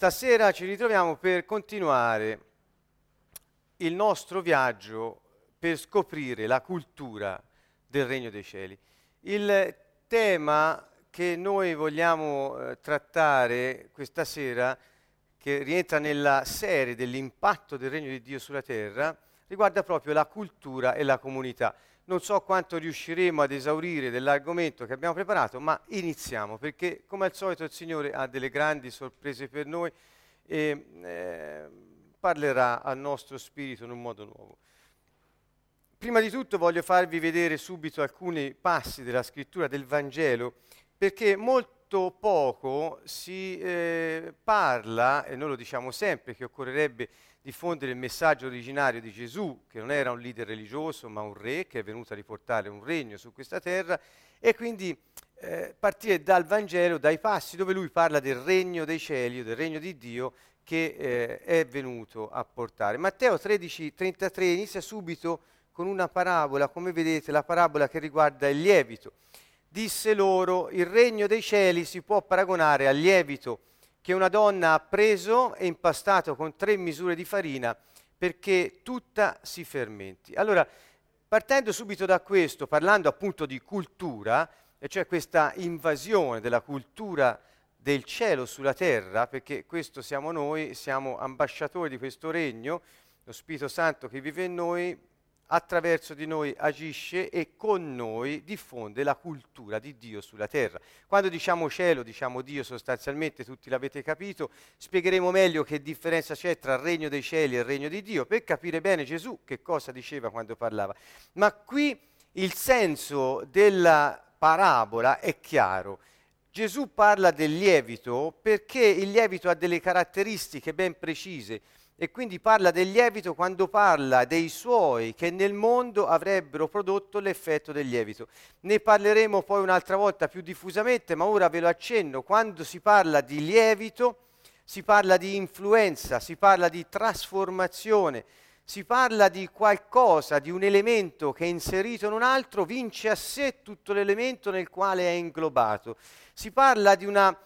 Stasera ci ritroviamo per continuare il nostro viaggio per scoprire la cultura del Regno dei Cieli. Il tema che noi vogliamo trattare questa sera, che rientra nella serie dell'impatto del Regno di Dio sulla terra, riguarda proprio la cultura e la comunità. Non so quanto riusciremo ad esaurire dell'argomento che abbiamo preparato, ma iniziamo, perché come al solito il Signore ha delle grandi sorprese per noi e parlerà al nostro spirito in un modo nuovo. Prima di tutto voglio farvi vedere subito alcuni passi della scrittura del Vangelo, perché molto poco si parla, e noi lo diciamo sempre, che occorrerebbe diffondere il messaggio originario di Gesù, che non era un leader religioso, ma un re che è venuto a riportare un regno su questa terra, e quindi partire dal Vangelo, dai passi dove lui parla del regno dei cieli, del regno di Dio, che è venuto a portare. Matteo 13:33 inizia subito con una parabola, come vedete, la parabola che riguarda il lievito. Disse loro: il regno dei cieli si può paragonare al lievito che una donna ha preso e impastato con 3 misure di farina perché tutta si fermenti. Allora, partendo subito da questo, parlando appunto di cultura, e cioè questa invasione della cultura del cielo sulla terra, perché questo siamo noi, siamo ambasciatori di questo regno, lo Spirito Santo che vive in noi, attraverso di noi agisce e con noi diffonde la cultura di Dio sulla terra. Quando diciamo cielo, diciamo Dio, sostanzialmente tutti l'avete capito. Spiegheremo meglio che differenza c'è tra il regno dei cieli e il regno di Dio, per capire bene Gesù che cosa diceva quando parlava. Ma qui il senso della parabola è chiaro. Gesù parla del lievito perché il lievito ha delle caratteristiche ben precise, e quindi parla del lievito quando parla dei suoi che nel mondo avrebbero prodotto l'effetto del lievito. Ne parleremo poi un'altra volta più diffusamente, ma ora ve lo accenno. Quando si parla di lievito, si parla di influenza, si parla di trasformazione, si parla di qualcosa, di un elemento che è inserito in un altro, vince a sé tutto l'elemento nel quale è inglobato. Si parla di un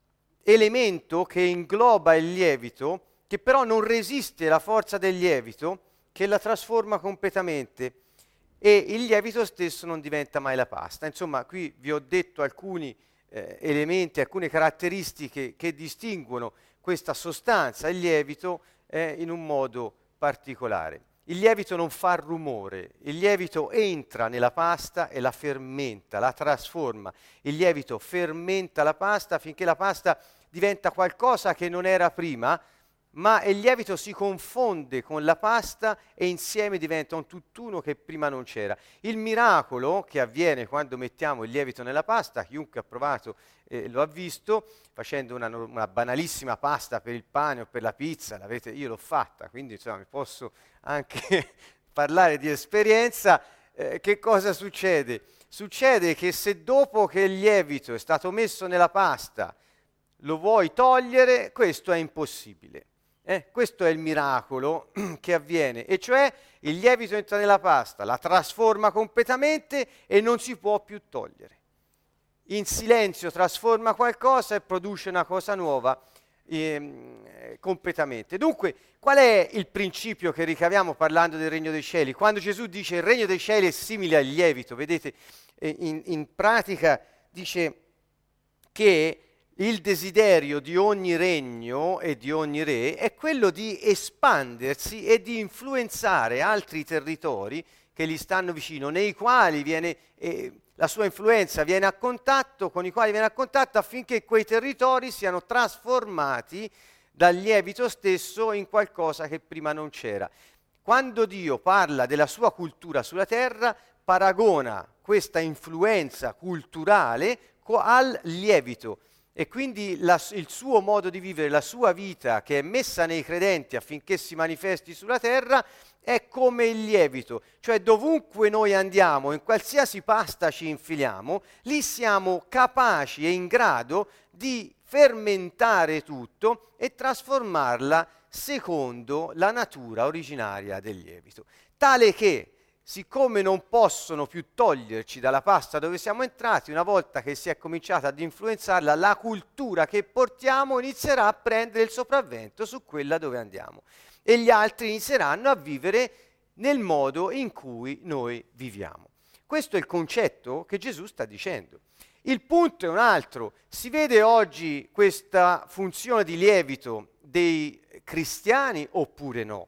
elemento che ingloba il lievito, che però non resiste alla forza del lievito, che la trasforma completamente, e il lievito stesso non diventa mai la pasta. Insomma, qui vi ho detto alcuni elementi, alcune caratteristiche che distinguono questa sostanza, il lievito, in un modo particolare. Il lievito non fa rumore, il lievito entra nella pasta e la fermenta, la trasforma. Il lievito fermenta la pasta finché la pasta diventa qualcosa che non era prima, ma il lievito si confonde con la pasta e insieme diventa un tutt'uno che prima non c'era. Il miracolo che avviene quando mettiamo il lievito nella pasta, chiunque ha provato lo ha visto, facendo una banalissima pasta per il pane o per la pizza, io l'ho fatta, quindi insomma mi posso anche parlare di esperienza. Che cosa succede? Succede che se dopo che il lievito è stato messo nella pasta lo vuoi togliere, questo è impossibile. Questo è il miracolo che avviene, e cioè il lievito entra nella pasta, la trasforma completamente e non si può più togliere. In silenzio trasforma qualcosa e produce una cosa nuova completamente. Dunque, qual è il principio che ricaviamo parlando del regno dei cieli? Quando Gesù dice il regno dei cieli è simile al lievito, vedete, in pratica dice che il desiderio di ogni regno e di ogni re è quello di espandersi e di influenzare altri territori che gli stanno vicino, nei quali la sua influenza viene a contatto, con i quali viene a contatto, affinché quei territori siano trasformati dal lievito stesso in qualcosa che prima non c'era. Quando Dio parla della sua cultura sulla terra, paragona questa influenza culturale al lievito. E quindi il suo modo di vivere, la sua vita che è messa nei credenti affinché si manifesti sulla terra, è come il lievito. Cioè dovunque noi andiamo, in qualsiasi pasta ci infiliamo, lì siamo capaci e in grado di fermentare tutto e trasformarla secondo la natura originaria del lievito. Tale che siccome non possono più toglierci dalla pasta dove siamo entrati, una volta che si è cominciata ad influenzarla, la cultura che portiamo inizierà a prendere il sopravvento su quella dove andiamo e gli altri inizieranno a vivere nel modo in cui noi viviamo. Questo è il concetto che Gesù sta dicendo. Il punto è un altro. Si vede oggi questa funzione di lievito dei cristiani oppure no?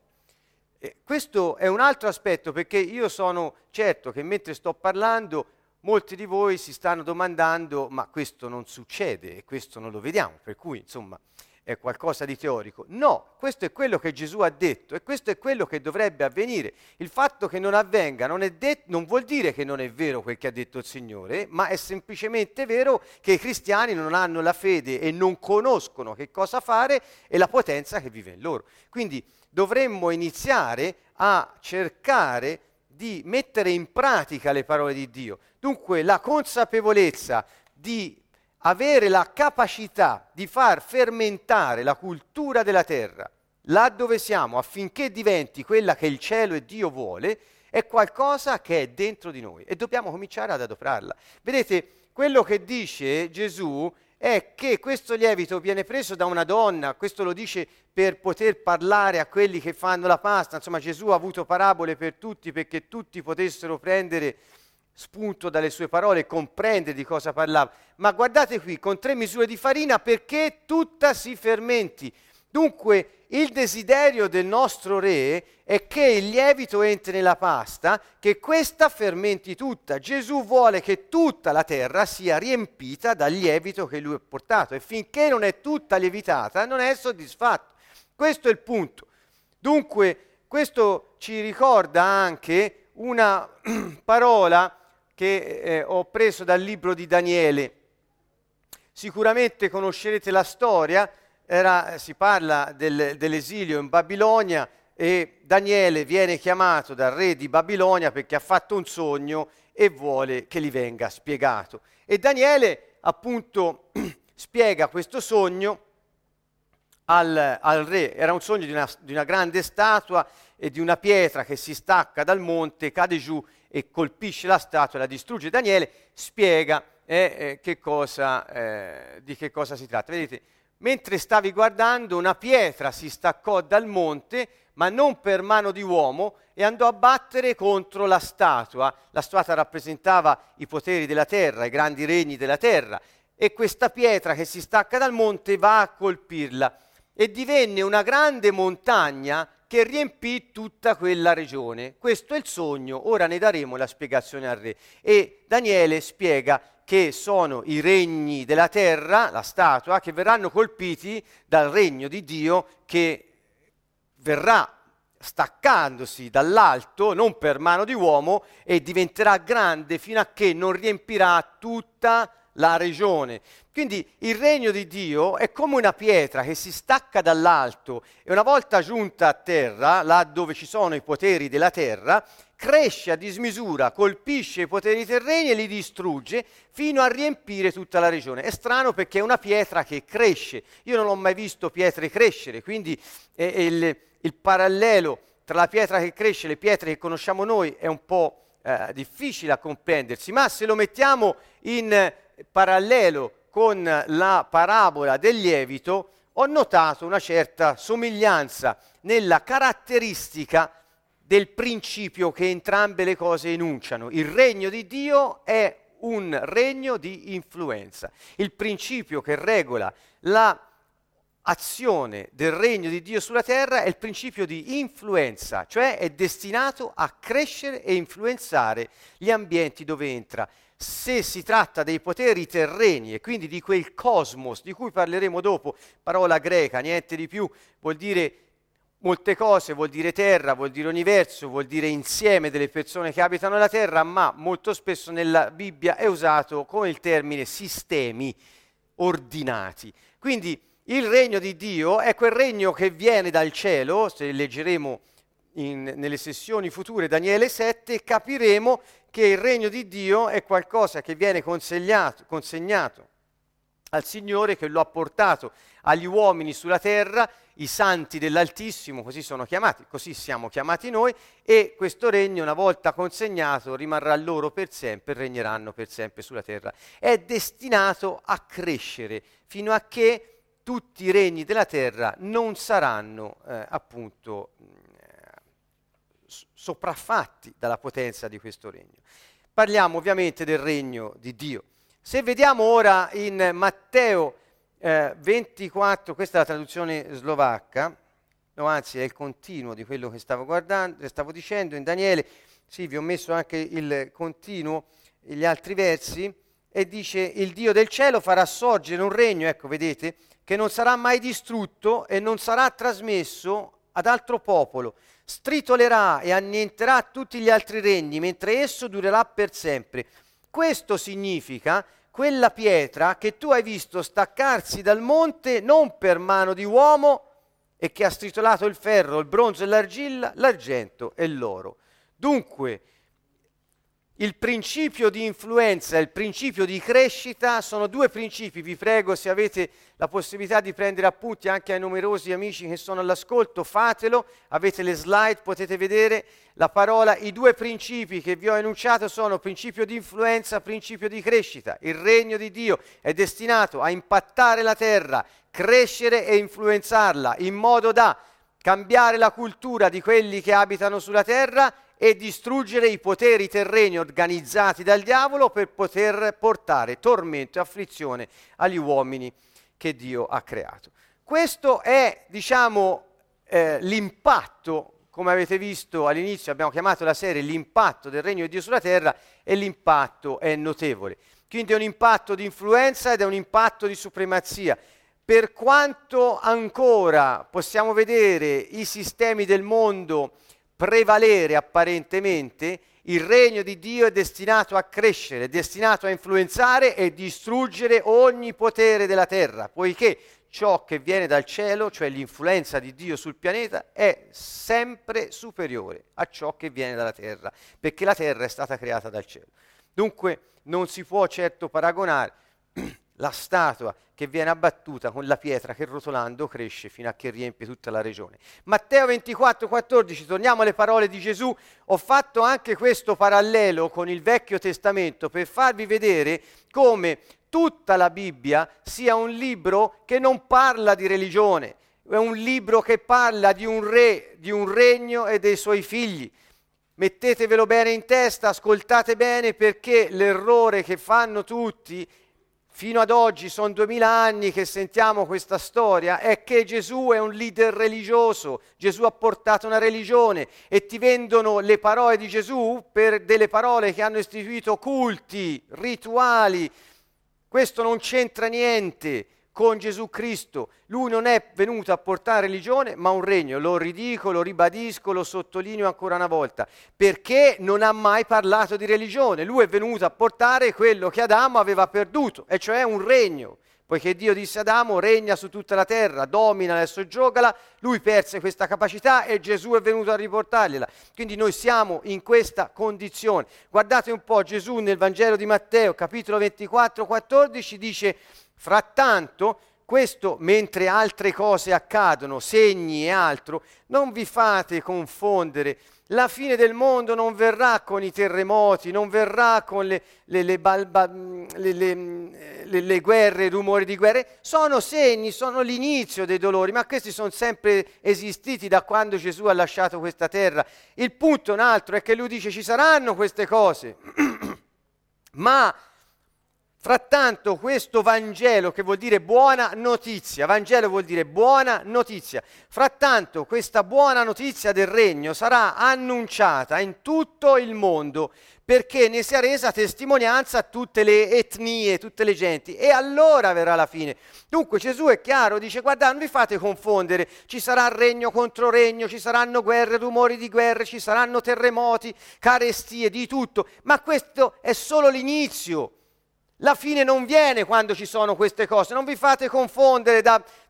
Questo è un altro aspetto, perché io sono certo che mentre sto parlando molti di voi si stanno domandando ma questo non succede e questo non lo vediamo, per cui insomma è qualcosa di teorico. No, questo è quello che Gesù ha detto e questo è quello che dovrebbe avvenire. Il fatto che non avvenga non vuol dire che non è vero quel che ha detto il Signore, ma è semplicemente vero che i cristiani non hanno la fede e non conoscono che cosa fare e la potenza che vive in loro. Quindi dovremmo iniziare a cercare di mettere in pratica le parole di Dio. Dunque la consapevolezza di avere la capacità di far fermentare la cultura della terra là dove siamo affinché diventi quella che il cielo e Dio vuole, è qualcosa che è dentro di noi e dobbiamo cominciare ad adoperarla. Vedete, quello che dice Gesù è che questo lievito viene preso da una donna, questo lo dice per poter parlare a quelli che fanno la pasta, insomma Gesù ha avuto parabole per tutti perché tutti potessero prendere spunto dalle sue parole e comprendere di cosa parlava. Ma guardate qui, con 3 misure di farina perché tutta si fermenti. Dunque il desiderio del nostro re è che il lievito entri nella pasta, che questa fermenti tutta. Gesù vuole che tutta la terra sia riempita dal lievito che lui ha portato e finché non è tutta lievitata non è soddisfatto. Questo è il punto. Dunque questo ci ricorda anche una parola che ho preso dal libro di Daniele. Sicuramente conoscerete la storia, si parla dell'esilio in Babilonia e Daniele viene chiamato dal re di Babilonia perché ha fatto un sogno e vuole che gli venga spiegato. E Daniele appunto spiega questo sogno al re. Era un sogno di una grande statua e di una pietra che si stacca dal monte, cade giù e colpisce la statua e la distrugge. Daniele spiega di che cosa si tratta. Vedete, mentre stavi guardando una pietra si staccò dal monte, ma non per mano di uomo, e andò a battere contro la statua. La statua rappresentava i poteri della terra, i grandi regni della terra, e questa pietra che si stacca dal monte va a colpirla e divenne una grande montagna che riempì tutta quella regione. Questo è il sogno, ora ne daremo la spiegazione al re. E Daniele spiega che sono i regni della terra, la statua, che verranno colpiti dal regno di Dio che verrà staccandosi dall'alto, non per mano di uomo, e diventerà grande fino a che non riempirà tutta la regione. Quindi il regno di Dio è come una pietra che si stacca dall'alto e una volta giunta a terra, là dove ci sono i poteri della terra, cresce a dismisura, colpisce i poteri terreni e li distrugge fino a riempire tutta la regione. È strano perché è una pietra che cresce. Io non ho mai visto pietre crescere, quindi il parallelo tra la pietra che cresce e le pietre che conosciamo noi è un po' difficile a comprendersi, ma se lo mettiamo in parallelo con la parabola del lievito, ho notato una certa somiglianza nella caratteristica del principio che entrambe le cose enunciano. Il regno di Dio è un regno di influenza. Il principio che regola l'azione del regno di Dio sulla terra è il principio di influenza, cioè è destinato a crescere e influenzare gli ambienti dove entra. Se si tratta dei poteri terreni e quindi di quel cosmos di cui parleremo dopo, parola greca, niente di più, vuol dire molte cose, vuol dire terra, vuol dire universo, vuol dire insieme delle persone che abitano la terra, ma molto spesso nella Bibbia è usato con il termine sistemi ordinati. Quindi il regno di Dio è quel regno che viene dal cielo, se leggeremo nelle sessioni future Daniele 7, capiremo che il regno di Dio è qualcosa che viene consegnato al Signore che lo ha portato agli uomini sulla terra, i santi dell'Altissimo, così sono chiamati, così siamo chiamati noi, e questo regno, una volta consegnato, rimarrà loro per sempre, regneranno per sempre sulla terra. È destinato a crescere fino a che tutti i regni della terra non saranno sopraffatti dalla potenza di questo regno. Parliamo ovviamente del regno di Dio. Se vediamo ora in Matteo 24, questa è la traduzione slovacca, no, anzi è il continuo di quello che stavo dicendo in Daniele. Sì, vi ho messo anche il continuo, gli altri versi, e dice: il Dio del cielo farà sorgere un regno, ecco vedete, che non sarà mai distrutto e non sarà trasmesso ad altro popolo. Stritolerà e annienterà tutti gli altri regni, mentre esso durerà per sempre. Questo significa quella pietra che tu hai visto staccarsi dal monte non per mano di uomo e che ha stritolato il ferro, il bronzo e l'argilla, l'argento e l'oro. Dunque, il principio di influenza e il principio di crescita sono due principi. Vi prego, se avete la possibilità di prendere appunti, anche ai numerosi amici che sono all'ascolto, fatelo. Avete le slide, potete vedere la parola. I due principi che vi ho enunciato sono principio di influenza, principio di crescita. Il regno di Dio è destinato a impattare la terra, crescere e influenzarla in modo da cambiare la cultura di quelli che abitano sulla terra e distruggere i poteri terreni organizzati dal diavolo per poter portare tormento e afflizione agli uomini che Dio ha creato. Questo è, l'impatto, come avete visto all'inizio, abbiamo chiamato la serie l'impatto del regno di Dio sulla terra, e l'impatto è notevole. Quindi è un impatto di influenza ed è un impatto di supremazia. Per quanto ancora possiamo vedere i sistemi del mondo prevalere apparentemente, il regno di Dio è destinato a crescere, è destinato a influenzare e distruggere ogni potere della terra, poiché ciò che viene dal cielo, cioè l'influenza di Dio sul pianeta, è sempre superiore a ciò che viene dalla terra, perché la terra è stata creata dal cielo. Dunque non si può certo paragonare la statua che viene abbattuta con la pietra che rotolando cresce fino a che riempie tutta la regione. Matteo 24,14, torniamo alle parole di Gesù. Ho fatto anche questo parallelo con il Vecchio Testamento per farvi vedere come tutta la Bibbia sia un libro che non parla di religione, è un libro che parla di un re, di un regno e dei suoi figli. Mettetevelo bene in testa, ascoltate bene, perché l'errore che fanno tutti fino ad oggi, sono 2000 anni che sentiamo questa storia, è che Gesù è un leader religioso, Gesù ha portato una religione, e ti vendono le parole di Gesù per delle parole che hanno istituito culti, rituali. Questo non c'entra niente con Gesù Cristo. Lui non è venuto a portare religione, ma un regno. Lo ridico, lo ribadisco, lo sottolineo ancora una volta, perché non ha mai parlato di religione. Lui è venuto a portare quello che Adamo aveva perduto, e cioè un regno. Poiché Dio disse ad Adamo: regna su tutta la terra, dominala e soggiogala, lui perse questa capacità e Gesù è venuto a riportargliela. Quindi noi siamo in questa condizione. Guardate un po', Gesù nel Vangelo di Matteo, capitolo 24, 14, dice: frattanto, questo mentre altre cose accadono, segni e altro, non vi fate confondere. La fine del mondo non verrà con i terremoti, non verrà con le guerre, i rumori di guerre. Sono segni, sono l'inizio dei dolori, ma questi sono sempre esistiti da quando Gesù ha lasciato questa terra. Il punto è un altro, è che lui dice: ci saranno queste cose, ma frattanto questo Vangelo, che vuol dire buona notizia, Vangelo vuol dire buona notizia, frattanto questa buona notizia del regno sarà annunciata in tutto il mondo, perché ne sia resa testimonianza a tutte le etnie, tutte le genti, e allora verrà la fine. Dunque Gesù è chiaro, dice: guardate, non vi fate confondere, ci sarà regno contro regno, ci saranno guerre, rumori di guerre, ci saranno terremoti, carestie, di tutto, ma questo è solo l'inizio. La fine non viene quando ci sono queste cose, non vi fate confondere da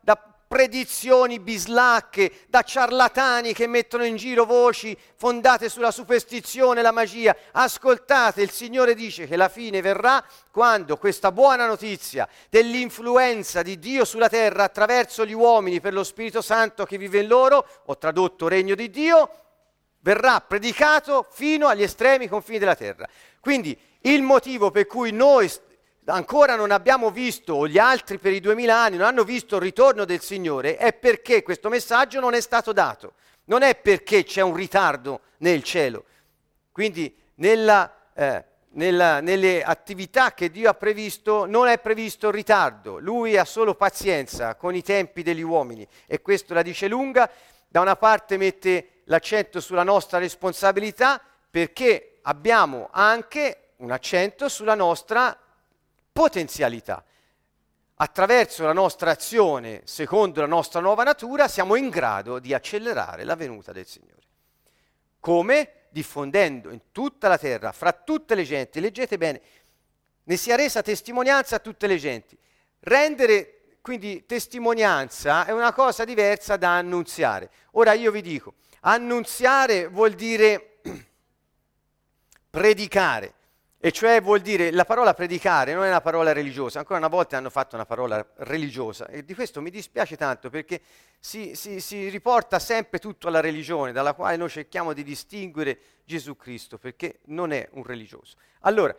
predizioni bislacche, da ciarlatani che mettono in giro voci fondate sulla superstizione e la magia. Ascoltate, il Signore dice che la fine verrà quando questa buona notizia dell'influenza di Dio sulla terra attraverso gli uomini per lo Spirito Santo che vive in loro, ho tradotto regno di Dio, verrà predicato fino agli estremi confini della terra. Quindi il motivo per cui noi ancora non abbiamo visto, o gli altri per i 2000 anni non hanno visto il ritorno del Signore, è perché questo messaggio non è stato dato. Non è perché c'è un ritardo nel cielo. Quindi nelle attività che Dio ha previsto non è previsto il ritardo. Lui ha solo pazienza con i tempi degli uomini e questo la dice lunga. Da una parte mette l'accento sulla nostra responsabilità perché abbiamo anche un accento sulla nostra potenzialità. Attraverso la nostra azione, secondo la nostra nuova natura, siamo in grado di accelerare la venuta del Signore. Come? Diffondendo in tutta la terra, fra tutte le genti, leggete bene, ne sia resa testimonianza a tutte le genti. Rendere quindi testimonianza è una cosa diversa da annunziare. Ora io vi dico, annunziare vuol dire predicare. E cioè vuol dire, la parola predicare non è una parola religiosa, ancora una volta hanno fatto una parola religiosa e di questo mi dispiace tanto perché si riporta sempre tutto alla religione dalla quale noi cerchiamo di distinguere Gesù Cristo perché non è un religioso. Allora,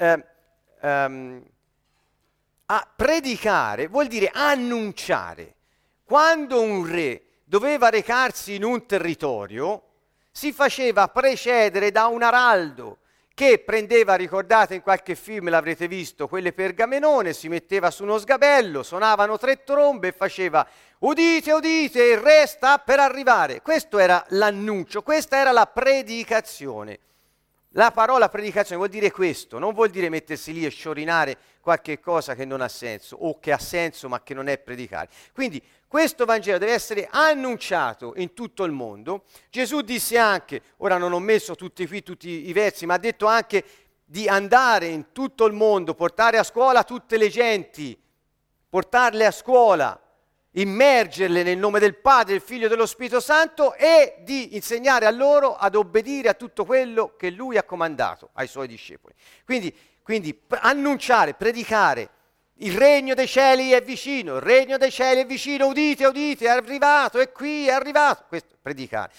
a predicare vuol dire annunciare. Quando un re doveva recarsi in un territorio si faceva precedere da un araldo che prendeva, ricordate in qualche film l'avrete visto, quelle pergamenone, si metteva su uno sgabello, suonavano 3 trombe e faceva udite, udite, il re sta per arrivare. Questo era l'annuncio, questa era la predicazione. La parola predicazione vuol dire questo, non vuol dire mettersi lì e sciorinare qualche cosa che non ha senso o che ha senso ma che non è predicare. Quindi questo Vangelo deve essere annunciato in tutto il mondo. Gesù disse anche, ora non ho messo tutti i versi, ma ha detto anche di andare in tutto il mondo, portare a scuola tutte le genti, portarle a scuola, immergerle nel nome del Padre, del Figlio e dello Spirito Santo e di insegnare a loro ad obbedire a tutto quello che Lui ha comandato ai Suoi discepoli. Quindi annunciare, predicare, il regno dei cieli è vicino, il regno dei cieli è vicino, udite, udite, è arrivato, è qui, è arrivato. Questo, predicare.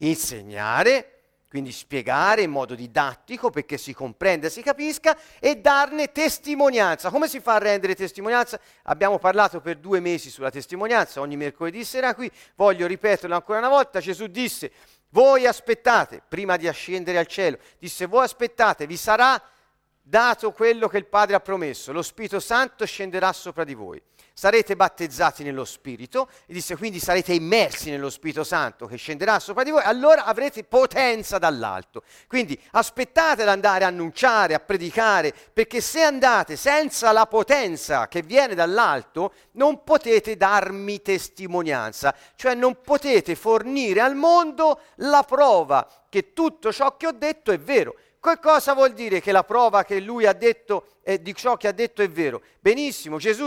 Insegnare, quindi spiegare in modo didattico perché si comprenda e si capisca e darne testimonianza. Come si fa a rendere testimonianza? Abbiamo parlato per 2 mesi sulla testimonianza, ogni mercoledì sera qui, voglio ripeterlo ancora una volta, Gesù disse, voi aspettate, prima di ascendere al cielo, disse, voi aspettate, vi sarà dato quello che il Padre ha promesso, lo Spirito Santo scenderà sopra di voi. Sarete battezzati nello Spirito, e disse quindi sarete immersi nello Spirito Santo che scenderà sopra di voi, allora avrete potenza dall'alto. Quindi aspettate ad andare a annunciare, a predicare, perché se andate senza la potenza che viene dall'alto, non potete darmi testimonianza, cioè non potete fornire al mondo la prova che tutto ciò che ho detto è vero. Che cosa vuol dire che la prova che lui ha detto di ciò che ha detto è vero? Benissimo, Gesù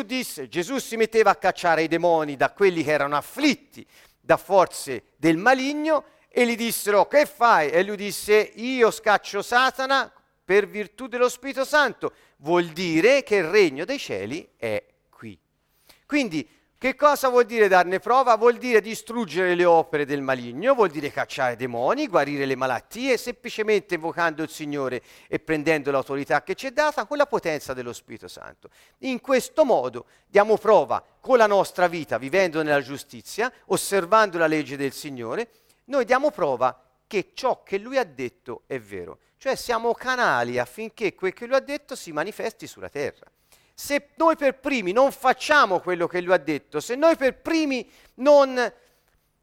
si metteva a cacciare i demoni da quelli che erano afflitti da forze del maligno e gli dissero che fai? E lui disse io scaccio Satana per virtù dello Spirito Santo. Vuol dire che il regno dei cieli è qui. Quindi che cosa vuol dire darne prova? Vuol dire distruggere le opere del maligno, vuol dire cacciare demoni, guarire le malattie, semplicemente invocando il Signore e prendendo l'autorità che ci è data con la potenza dello Spirito Santo. In questo modo diamo prova con la nostra vita, vivendo nella giustizia, osservando la legge del Signore, noi diamo prova che ciò che Lui ha detto è vero. Cioè siamo canali affinché quel che Lui ha detto si manifesti sulla terra. Se noi per primi non facciamo quello che lui ha detto, se noi per primi non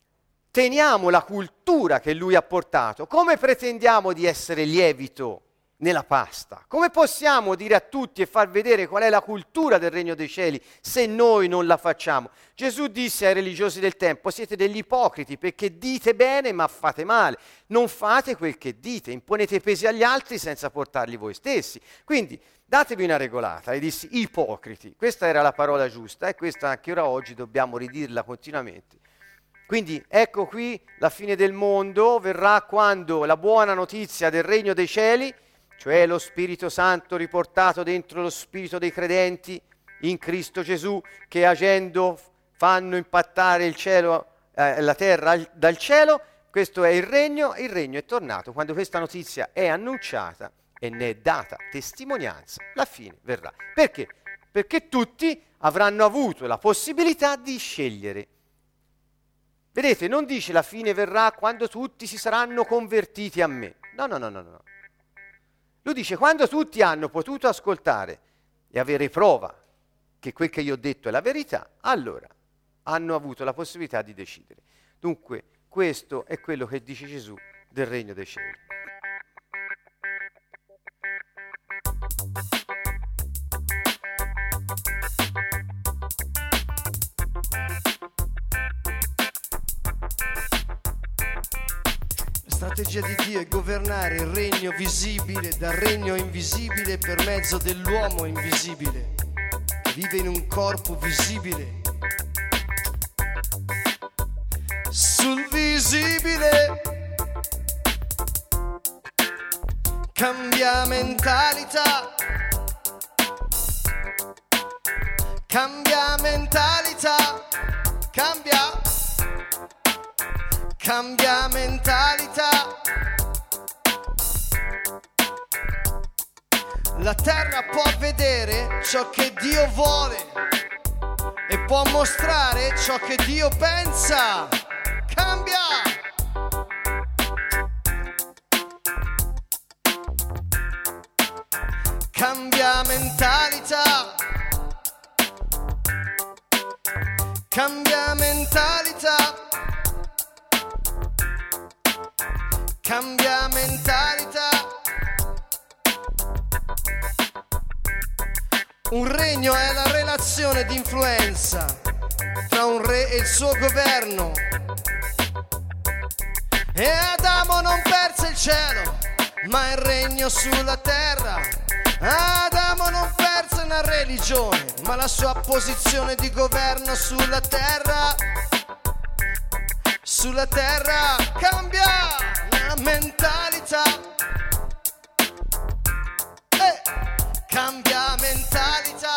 teniamo la cultura che lui ha portato, come pretendiamo di essere lievito nella pasta. Come possiamo dire a tutti e far vedere qual è la cultura del regno dei cieli se noi non la facciamo? Gesù disse ai religiosi del tempo: siete degli ipocriti perché dite bene ma fate male, non fate quel che dite, imponete pesi agli altri senza portarli voi stessi. Quindi datevi una regolata. E dissi ipocriti, questa era la parola giusta e questa anche ora oggi dobbiamo ridirla continuamente. Quindi ecco qui la fine del mondo verrà quando la buona notizia del regno dei cieli, cioè lo Spirito Santo riportato dentro lo spirito dei credenti in Cristo Gesù, che agendo fanno impattare il cielo, la terra dal cielo. Questo è il regno è tornato. Quando questa notizia è annunciata e ne è data testimonianza, la fine verrà. Perché? Perché tutti avranno avuto la possibilità di scegliere. Vedete, non dice la fine verrà quando tutti si saranno convertiti a me. No. Lui dice quando tutti hanno potuto ascoltare e avere prova che quel che io ho detto è la verità, allora hanno avuto la possibilità di decidere. Dunque, questo è quello che dice Gesù del regno dei cieli. La strategia di Dio è governare il regno visibile dal regno invisibile per mezzo dell'uomo invisibile che vive in un corpo visibile. Sul visibile cambia mentalità, cambia mentalità, cambia mentalità. La terra può vedere ciò che Dio vuole e può mostrare ciò che Dio pensa. Cambia. Cambia mentalità. Cambia mentalità. Cambia mentalità. Un regno è la relazione di influenza tra un re e il suo governo. E Adamo non perse il cielo, ma il regno sulla terra. Adamo non perse una religione, ma la sua posizione di governo sulla terra. Sulla terra cambia la mentalità. Cambia mentalità.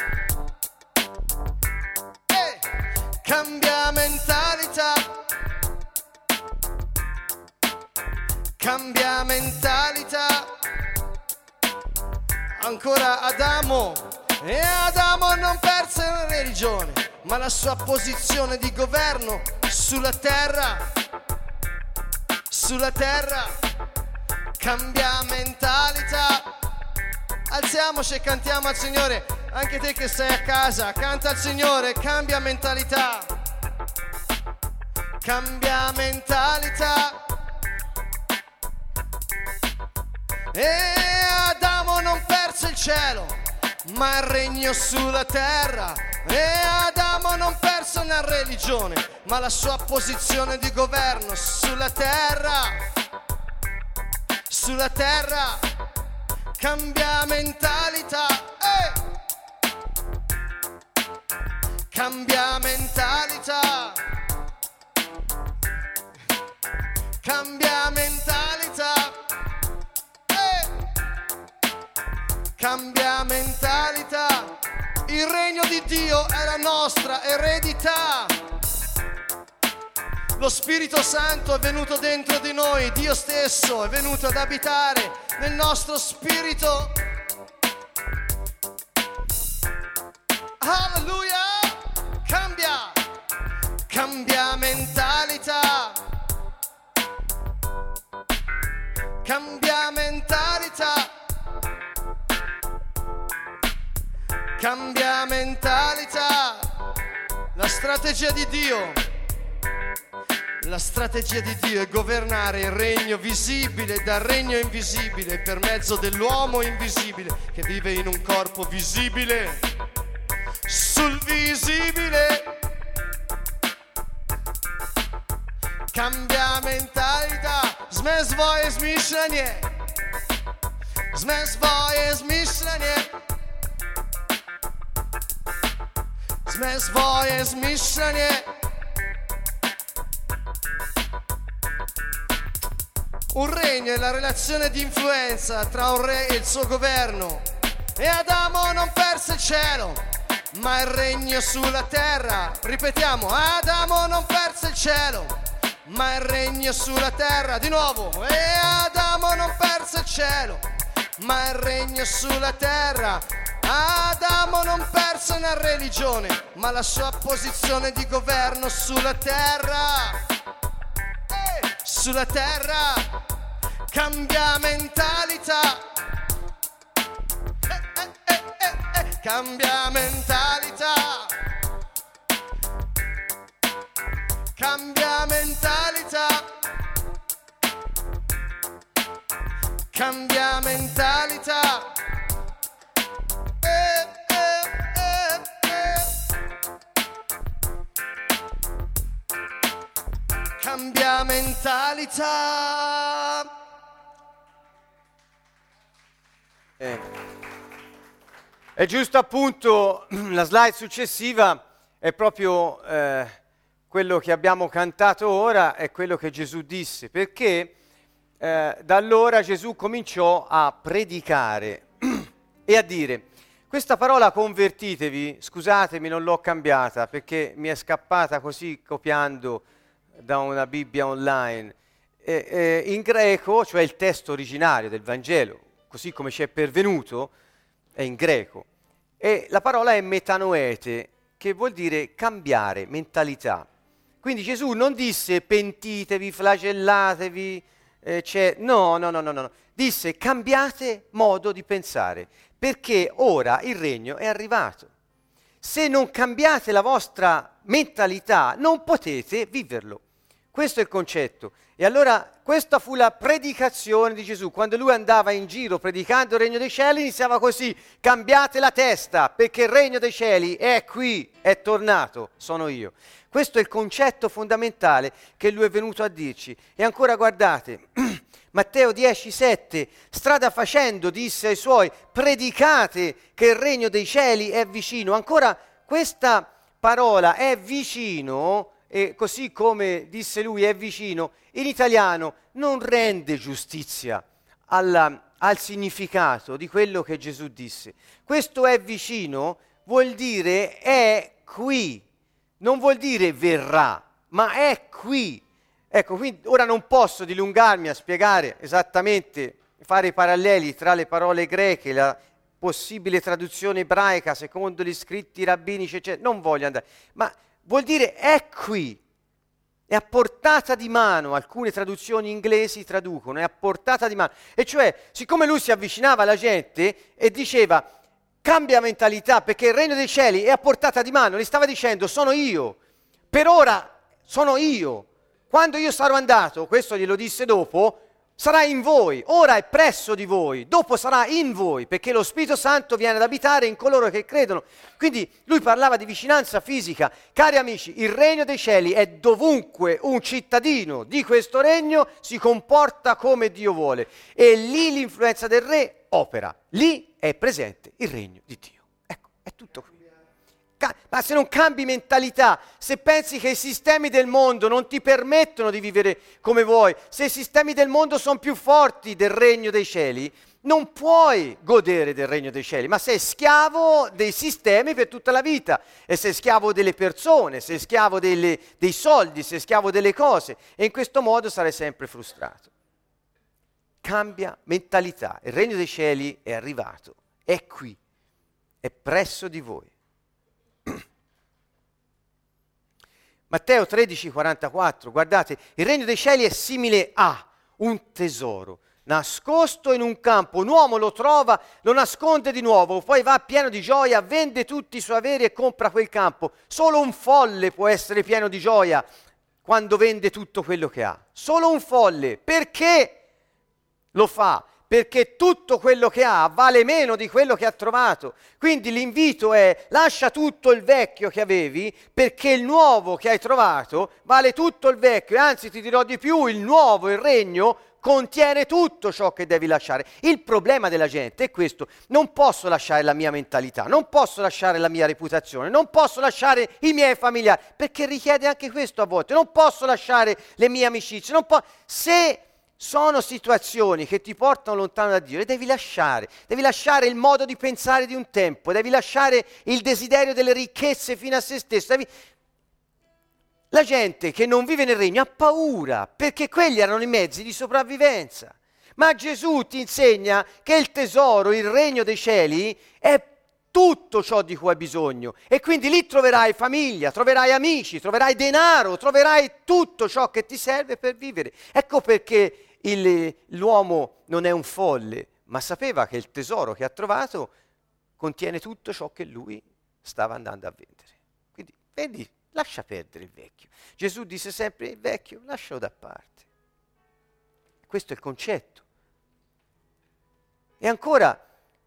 Cambia mentalità. Cambia mentalità. Ancora Adamo. E Adamo non perse una religione, ma la sua posizione di governo sulla terra. Sulla terra cambia mentalità. Alziamoci e cantiamo al Signore. Anche te che sei a casa, canta al Signore. Cambia mentalità. Cambia mentalità. E Adamo non perse il cielo, ma il regno sulla terra. E Adamo non perse una religione, ma la sua posizione di governo sulla terra. Sulla terra cambia mentalità. Cambia mentalità. Cambia mentalità. Cambia mentalità. Il regno di Dio è la nostra eredità. Lo Spirito Santo è venuto dentro di noi, Dio stesso è venuto ad abitare nel nostro spirito. Alleluia! Cambia! Cambia mentalità. Cambia mentalità. Cambia mentalità. La strategia di Dio. La strategia di Dio è governare il regno visibile dal regno invisibile per mezzo dell'uomo invisibile che vive in un corpo visibile sul visibile. Cambia mentalità, svoje zmišljanje, svoje zmišljanje, svoje zmišljanje. Un regno è la relazione di influenza tra un re e il suo governo. E Adamo non perse il cielo, ma il regno sulla terra. Ripetiamo, Adamo non perse il cielo, ma il regno sulla terra. Di nuovo, e Adamo non perse il cielo, ma il regno sulla terra. Adamo non perse una religione, ma la sua posizione di governo sulla terra. Sulla terra. Cambia mentalità. Cambia mentalità. Cambia mentalità. Cambia mentalità. Cambia mentalità. È giusto appunto, la slide successiva è proprio quello che abbiamo cantato ora, è quello che Gesù disse, perché da allora Gesù cominciò a predicare e a dire: questa parola convertitevi, scusatemi, non l'ho cambiata perché mi è scappata così copiando da una Bibbia online, in greco, cioè il testo originario del Vangelo, così come ci è pervenuto, è in greco. E la parola è metanoete, che vuol dire cambiare mentalità. Quindi Gesù non disse pentitevi, flagellatevi, no. Disse cambiate modo di pensare, perché ora il regno è arrivato. Se non cambiate la vostra mentalità, non potete viverlo. Questo è il concetto. E allora questa fu la predicazione di Gesù. Quando lui andava in giro predicando il regno dei cieli, iniziava così: cambiate la testa, perché il regno dei cieli è qui, è tornato, sono io. Questo è il concetto fondamentale che lui è venuto a dirci. E ancora guardate, Matteo 10,7, strada facendo disse ai suoi: predicate che il regno dei cieli è vicino. Ancora questa parola è vicino, e così come disse lui è vicino, in italiano non rende giustizia al significato di quello che Gesù disse. Questo è vicino vuol dire è qui, non vuol dire verrà, ma è qui. Ecco, quindi ora non posso dilungarmi a spiegare esattamente, fare i paralleli tra le parole greche, la possibile traduzione ebraica secondo gli scritti rabbinici, eccetera. Non voglio andare, ma vuol dire è qui, è a portata di mano. Alcune traduzioni inglesi traducono, è a portata di mano. E cioè, siccome lui si avvicinava alla gente e diceva cambia mentalità perché il regno dei cieli è a portata di mano, gli stava dicendo sono io, per ora sono io. Quando io sarò andato, questo glielo disse dopo, sarà in voi, ora è presso di voi, dopo sarà in voi, perché lo Spirito Santo viene ad abitare in coloro che credono. Quindi lui parlava di vicinanza fisica. Cari amici, il regno dei cieli è dovunque un cittadino di questo regno si comporta come Dio vuole, e lì l'influenza del re opera, lì è presente il regno di Dio. Ecco, è tutto qui. Ma se non cambi mentalità, se pensi che i sistemi del mondo non ti permettono di vivere come vuoi, se i sistemi del mondo sono più forti del regno dei cieli, non puoi godere del regno dei cieli, ma sei schiavo dei sistemi per tutta la vita, e sei schiavo delle persone, sei schiavo dei soldi, sei schiavo delle cose, e in questo modo sarai sempre frustrato. Cambia mentalità, il regno dei cieli è arrivato, è qui, è presso di voi. Matteo 13,44, guardate, il regno dei cieli è simile a un tesoro nascosto in un campo, un uomo lo trova, lo nasconde di nuovo, poi va pieno di gioia, vende tutti i suoi averi e compra quel campo. Solo un folle può essere pieno di gioia quando vende tutto quello che ha. Solo un folle. Perché lo fa? Perché tutto quello che ha vale meno di quello che ha trovato. Quindi l'invito è: lascia tutto il vecchio che avevi, perché il nuovo che hai trovato vale tutto il vecchio. E anzi, ti dirò di più, il nuovo, il regno, contiene tutto ciò che devi lasciare. Il problema della gente è questo: non posso lasciare la mia mentalità, non posso lasciare la mia reputazione, non posso lasciare i miei familiari, perché richiede anche questo a volte. Non posso lasciare le mie amicizie, se sono situazioni che ti portano lontano da Dio, le devi lasciare il modo di pensare di un tempo, devi lasciare il desiderio delle ricchezze fino a se stesso. La gente che non vive nel regno ha paura, perché quelli erano i mezzi di sopravvivenza. Ma Gesù ti insegna che il tesoro, il regno dei cieli, è tutto ciò di cui hai bisogno. E quindi lì troverai famiglia, troverai amici, troverai denaro, troverai tutto ciò che ti serve per vivere. Ecco perché l'uomo non è un folle, ma sapeva che il tesoro che ha trovato contiene tutto ciò che lui stava andando a vendere. Quindi, vedi, lascia perdere il vecchio. Gesù disse sempre: il vecchio lascialo da parte. Questo è il concetto. E ancora,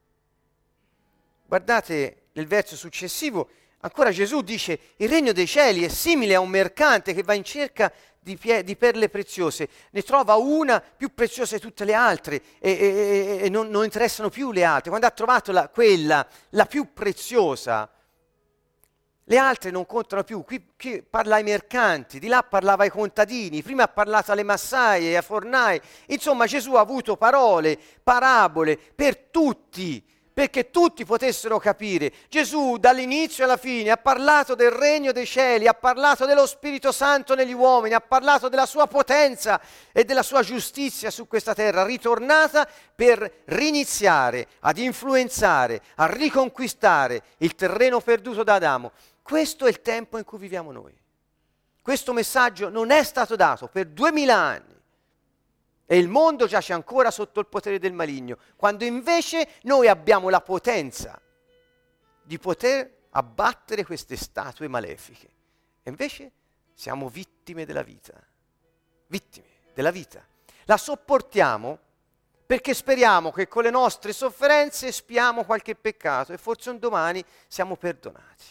guardate nel verso successivo, ancora Gesù dice: il regno dei cieli è simile a un mercante che va in cerca di perle preziose, ne trova una più preziosa di tutte le altre e non interessano più le altre. Quando ha trovato quella, la più preziosa, le altre non contano più. Qui parla ai mercanti, di là parlava ai contadini, prima ha parlato alle massaie, ai fornai. Insomma, Gesù ha avuto parole, parabole per tutti, perché tutti potessero capire. Gesù dall'inizio alla fine ha parlato del regno dei cieli, ha parlato dello Spirito Santo negli uomini, ha parlato della sua potenza e della sua giustizia su questa terra, ritornata per riniziare ad influenzare, a riconquistare il terreno perduto da Adamo. Questo è il tempo in cui viviamo noi. Questo messaggio non è stato dato per 2000 anni. E il mondo giace ancora sotto il potere del maligno, quando invece noi abbiamo la potenza di poter abbattere queste statue malefiche. E invece siamo vittime della vita. Vittime della vita. La sopportiamo perché speriamo che con le nostre sofferenze espiamo qualche peccato e forse un domani siamo perdonati.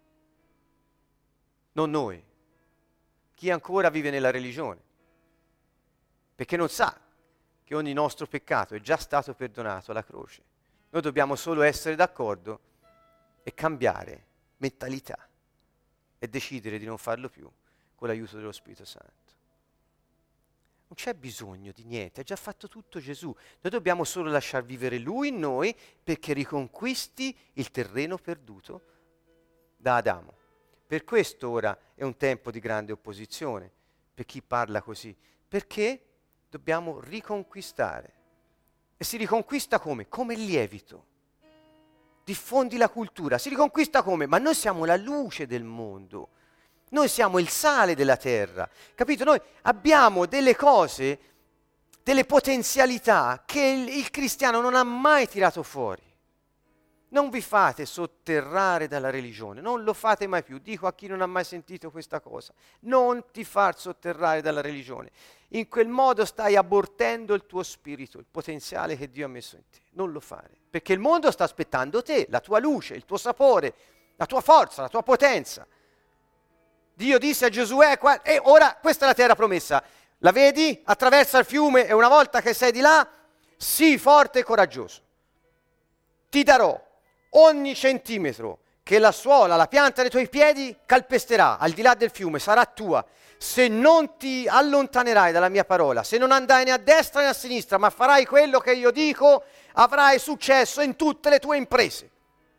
Non noi. Chi ancora vive nella religione. Perché non sa che ogni nostro peccato è già stato perdonato alla croce. Noi dobbiamo solo essere d'accordo e cambiare mentalità e decidere di non farlo più con l'aiuto dello Spirito Santo. Non c'è bisogno di niente, ha già fatto tutto Gesù. Noi dobbiamo solo lasciar vivere Lui in noi perché riconquisti il terreno perduto da Adamo. Per questo ora è un tempo di grande opposizione per chi parla così, perché dobbiamo riconquistare. E si riconquista come? Come il lievito. Diffondi la cultura. Si riconquista come? Ma noi siamo la luce del mondo. Noi siamo il sale della terra. Capito? Noi abbiamo delle cose, delle potenzialità che il cristiano non ha mai tirato fuori. Non vi fate sotterrare dalla religione, non lo fate mai più. Dico a chi non ha mai sentito questa cosa: non ti far sotterrare dalla religione. In quel modo stai abortendo il tuo spirito, il potenziale che Dio ha messo in te. Non lo fare, perché il mondo sta aspettando te, la tua luce, il tuo sapore, la tua forza, la tua potenza. Dio disse a Giosuè: e ora questa è la terra promessa, la vedi? Attraversa il fiume e una volta che sei di là, sii forte e coraggioso. Ti darò ogni centimetro che la suola, la pianta dei tuoi piedi calpesterà al di là del fiume, sarà tua. Se non ti allontanerai dalla mia parola, se non andrai né a destra né a sinistra, ma farai quello che io dico, avrai successo in tutte le tue imprese.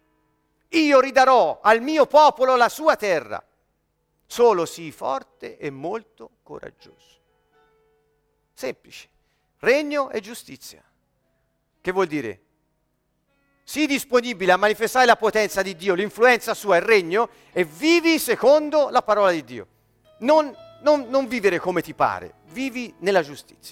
Io ridarò al mio popolo la sua terra. Solo sii forte e molto coraggioso. Semplice. Regno e giustizia. Che vuol dire? Sii disponibile a manifestare la potenza di Dio, l'influenza sua, il regno, e vivi secondo la parola di Dio. Non vivere come ti pare, vivi nella giustizia.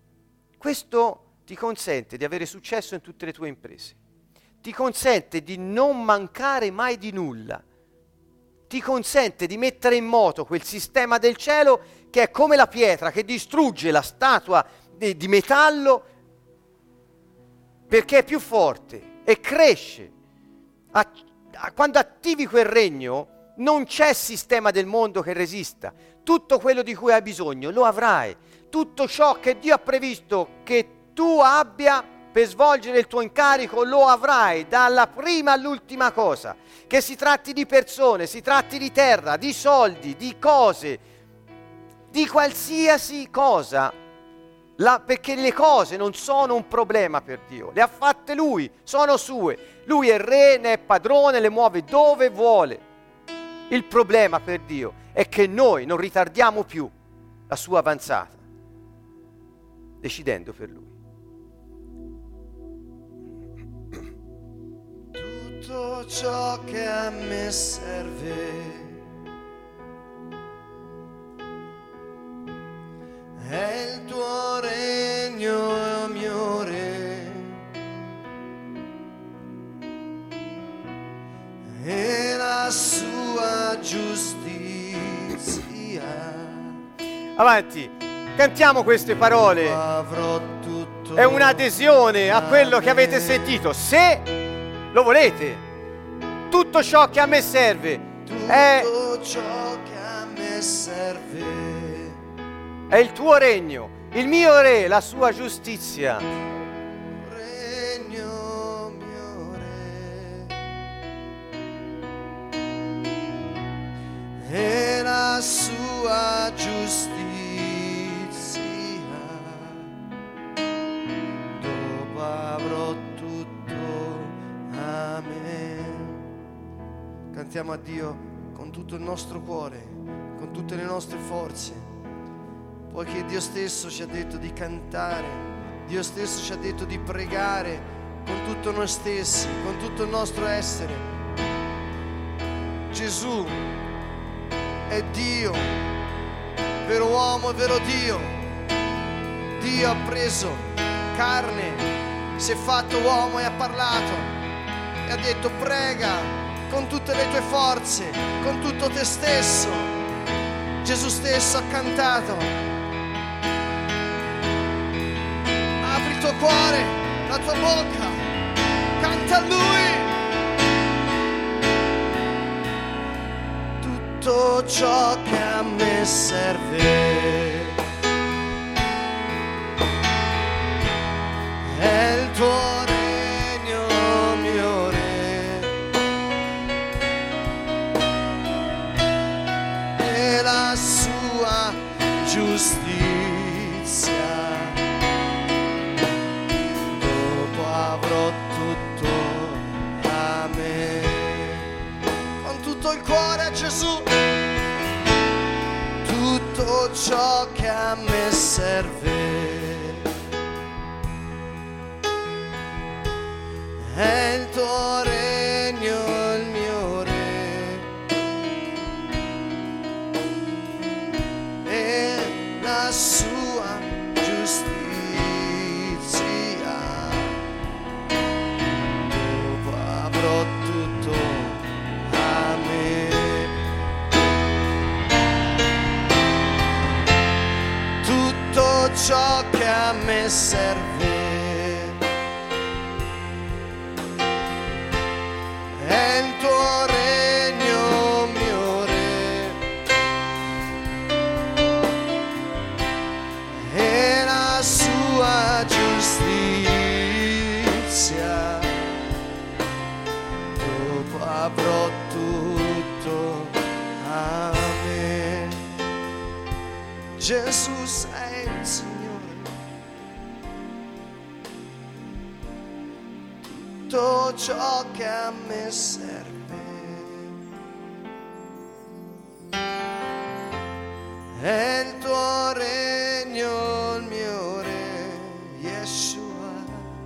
Questo ti consente di avere successo in tutte le tue imprese. Ti consente di non mancare mai di nulla. ti consente di mettere in moto quel sistema del cielo che è come la pietra che distrugge la statua di metallo perché è più forte e cresce. Quando attivi quel regno non c'è sistema del mondo che resista. Tutto quello di cui hai bisogno lo avrai. Tutto ciò che Dio ha previsto che tu abbia per svolgere il tuo incarico lo avrai, dalla prima all'ultima cosa. Che si tratti di persone, si tratti di terra, di soldi, di cose, di qualsiasi cosa. Perché le cose non sono un problema per Dio, le ha fatte Lui, sono sue. Lui è re, ne è padrone, le muove dove vuole. Il problema per Dio è che noi non ritardiamo più la sua avanzata, decidendo per Lui. Tutto ciò che a me serve è il tuo regno, mio re, e la sua giustizia. Avanti, cantiamo queste parole. È un'adesione a quello che avete sentito. Se lo volete, tutto ciò che a me serve è il tuo regno, il mio re, la sua giustizia. Regno mio re, e la sua giustizia. Dopo avrò tutto. Amen. Cantiamo a Dio con tutto il nostro cuore, con tutte le nostre forze. Poiché Dio stesso ci ha detto di cantare, Dio stesso ci ha detto di pregare con tutto noi stessi, con tutto il nostro essere. Gesù è Dio, vero uomo e vero Dio. Dio ha preso carne, si è fatto uomo e ha parlato e ha detto prega con tutte le tue forze, con tutto te stesso. Gesù stesso ha cantato. Apri il tuo cuore, la tua bocca, canta a Lui. Tutto ciò che a me serve è il tuo regno, mio re, e la sua giustizia. Dopo avrò tutto. Amen. Con tutto il cuore a Gesù. Tutto ciò che a me serve è il tuo regno, il mio re, e la sua giustizia. Dopo avrò tutto. Amen. Tutto ciò che a me serve è il tuo regno, mio re, e la sua giustizia. Dopo avrò tutto. Amen. Gesù sei il Signore. Tutto ciò che a me serve è il tuo regno, il mio re, Yeshua,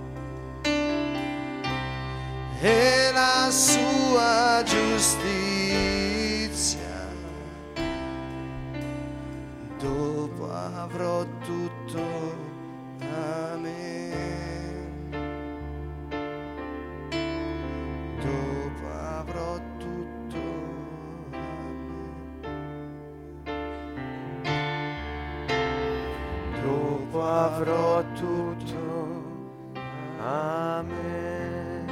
e la sua giustizia. Dopo avrò tutto. Amen. Dopo avrò tutto. dopo avrò tutto. Amen.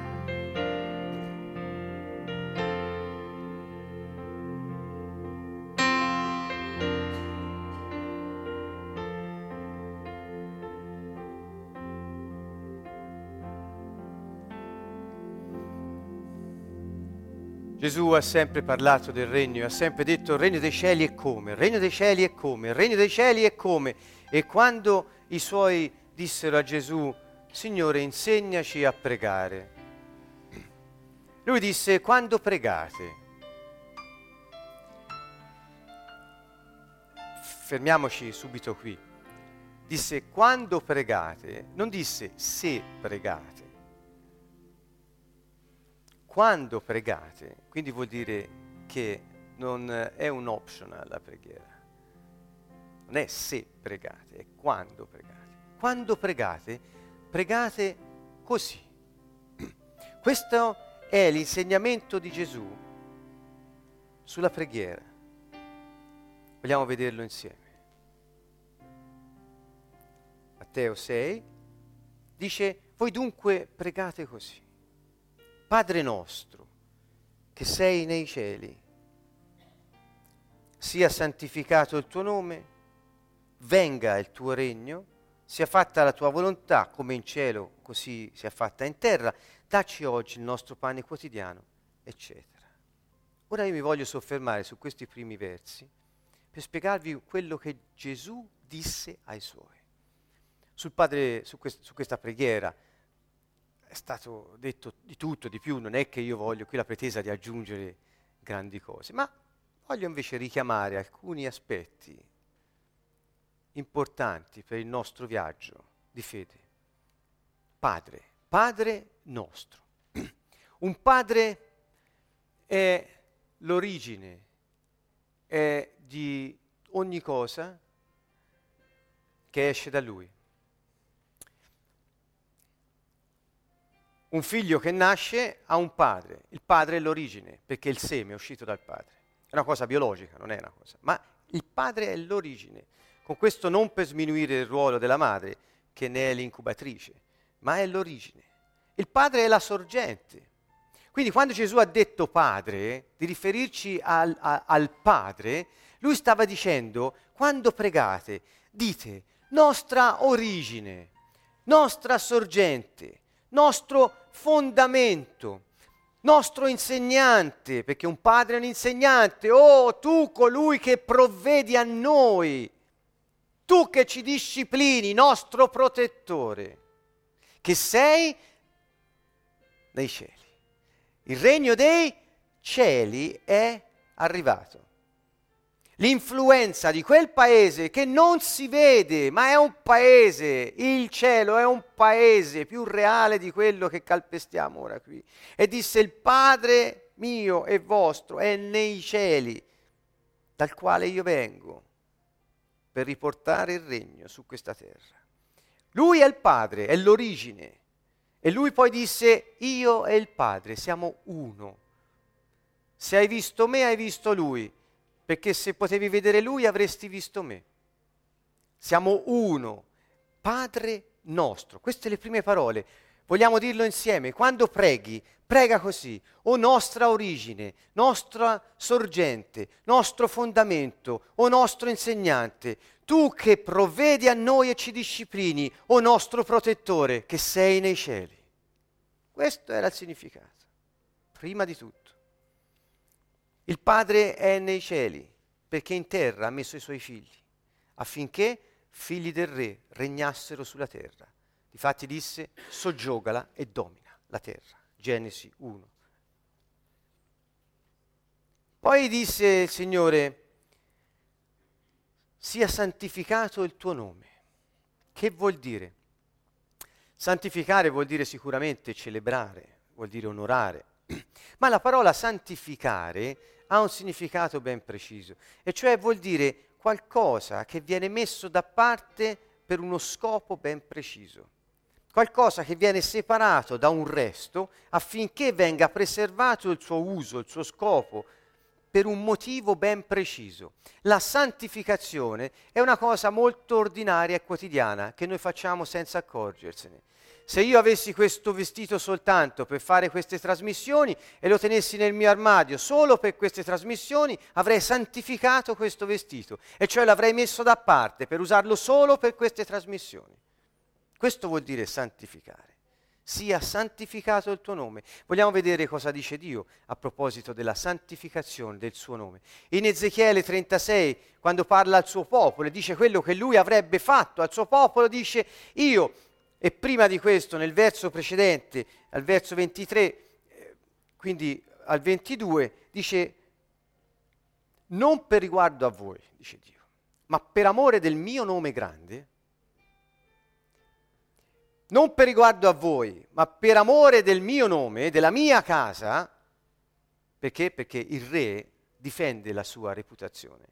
Gesù ha sempre parlato del regno, ha sempre detto il regno dei cieli è come, il regno dei cieli è come, il regno dei cieli è come. E quando i suoi dissero a Gesù, Signore, insegnaci a pregare, lui disse, quando pregate, fermiamoci subito qui, disse quando pregate, non disse se pregate. Quando pregate, quindi vuol dire che non è un optional la preghiera, non è se pregate, è quando pregate. Quando pregate, pregate così. Questo è l'insegnamento di Gesù sulla preghiera. Vogliamo vederlo insieme. Matteo 6 dice, voi dunque pregate così. Padre nostro, che sei nei cieli, sia santificato il tuo nome, venga il tuo regno, sia fatta la tua volontà, come in cielo, così sia fatta in terra. Dacci oggi il nostro pane quotidiano, eccetera. Ora io mi voglio soffermare su questi primi versi per spiegarvi quello che Gesù disse ai suoi. Sul Padre, su questa preghiera, è stato detto di tutto, di più, non è che io voglio qui la pretesa di aggiungere grandi cose, ma voglio invece richiamare alcuni aspetti importanti per il nostro viaggio di fede. Padre, Padre nostro. Un padre è l'origine è di ogni cosa che esce da lui. Un figlio che nasce ha un padre, il padre è l'origine, perché il seme è uscito dal padre. È una cosa biologica, non è una cosa, ma il padre è l'origine. Con questo non per sminuire il ruolo della madre, che ne è l'incubatrice, ma è l'origine. Il padre è la sorgente. Quindi quando Gesù ha detto padre, di riferirci al padre, lui stava dicendo, quando pregate, dite, nostra origine, nostra sorgente, nostro fondamento, nostro insegnante, perché un padre è un insegnante. Oh, tu colui che provvedi a noi, tu che ci disciplini, nostro protettore, che sei nei cieli. Il regno dei cieli è arrivato. L'influenza di quel paese che non si vede, ma è un paese, il cielo è un paese più reale di quello che calpestiamo ora qui. E disse, il Padre mio e vostro è nei cieli, dal quale io vengo, per riportare il regno su questa terra. Lui è il Padre, è l'origine. E lui poi disse, io e il Padre siamo uno. Se hai visto me, hai visto lui. Perché se potevi vedere lui avresti visto me. Siamo uno, Padre nostro. Queste le prime parole. Vogliamo dirlo insieme. Quando preghi, prega così. O nostra origine, nostra sorgente, nostro fondamento, o nostro insegnante. Tu che provvedi a noi e ci disciplini, o nostro protettore, che sei nei cieli. Questo era il significato. Prima di tutto. Il Padre è nei cieli, perché in terra ha messo i suoi figli, affinché figli del Re regnassero sulla terra. Difatti disse, soggiogala e domina la terra. Genesi 1. Poi disse il Signore, sia santificato il tuo nome. Che vuol dire? Santificare vuol dire sicuramente celebrare, vuol dire onorare. Ma la parola santificare ha un significato ben preciso, e cioè vuol dire qualcosa che viene messo da parte per uno scopo ben preciso, qualcosa che viene separato da un resto affinché venga preservato il suo uso, il suo scopo per un motivo ben preciso. La santificazione è una cosa molto ordinaria e quotidiana che noi facciamo senza accorgersene. Se io avessi questo vestito soltanto per fare queste trasmissioni e lo tenessi nel mio armadio solo per queste trasmissioni, avrei santificato questo vestito, e cioè l'avrei messo da parte per usarlo solo per queste trasmissioni. Questo vuol dire santificare. Sia santificato il tuo nome. Vogliamo vedere cosa dice Dio a proposito della santificazione del suo nome. In Ezechiele 36, quando parla al suo popolo e dice quello che lui avrebbe fatto al suo popolo, dice: io, e prima di questo nel verso precedente, al verso 23, quindi al 22, dice: non per riguardo a voi, dice Dio, ma per amore del mio nome grande. Non per riguardo a voi, ma per amore del mio nome, della mia casa. Perché? Perché il re difende la sua reputazione.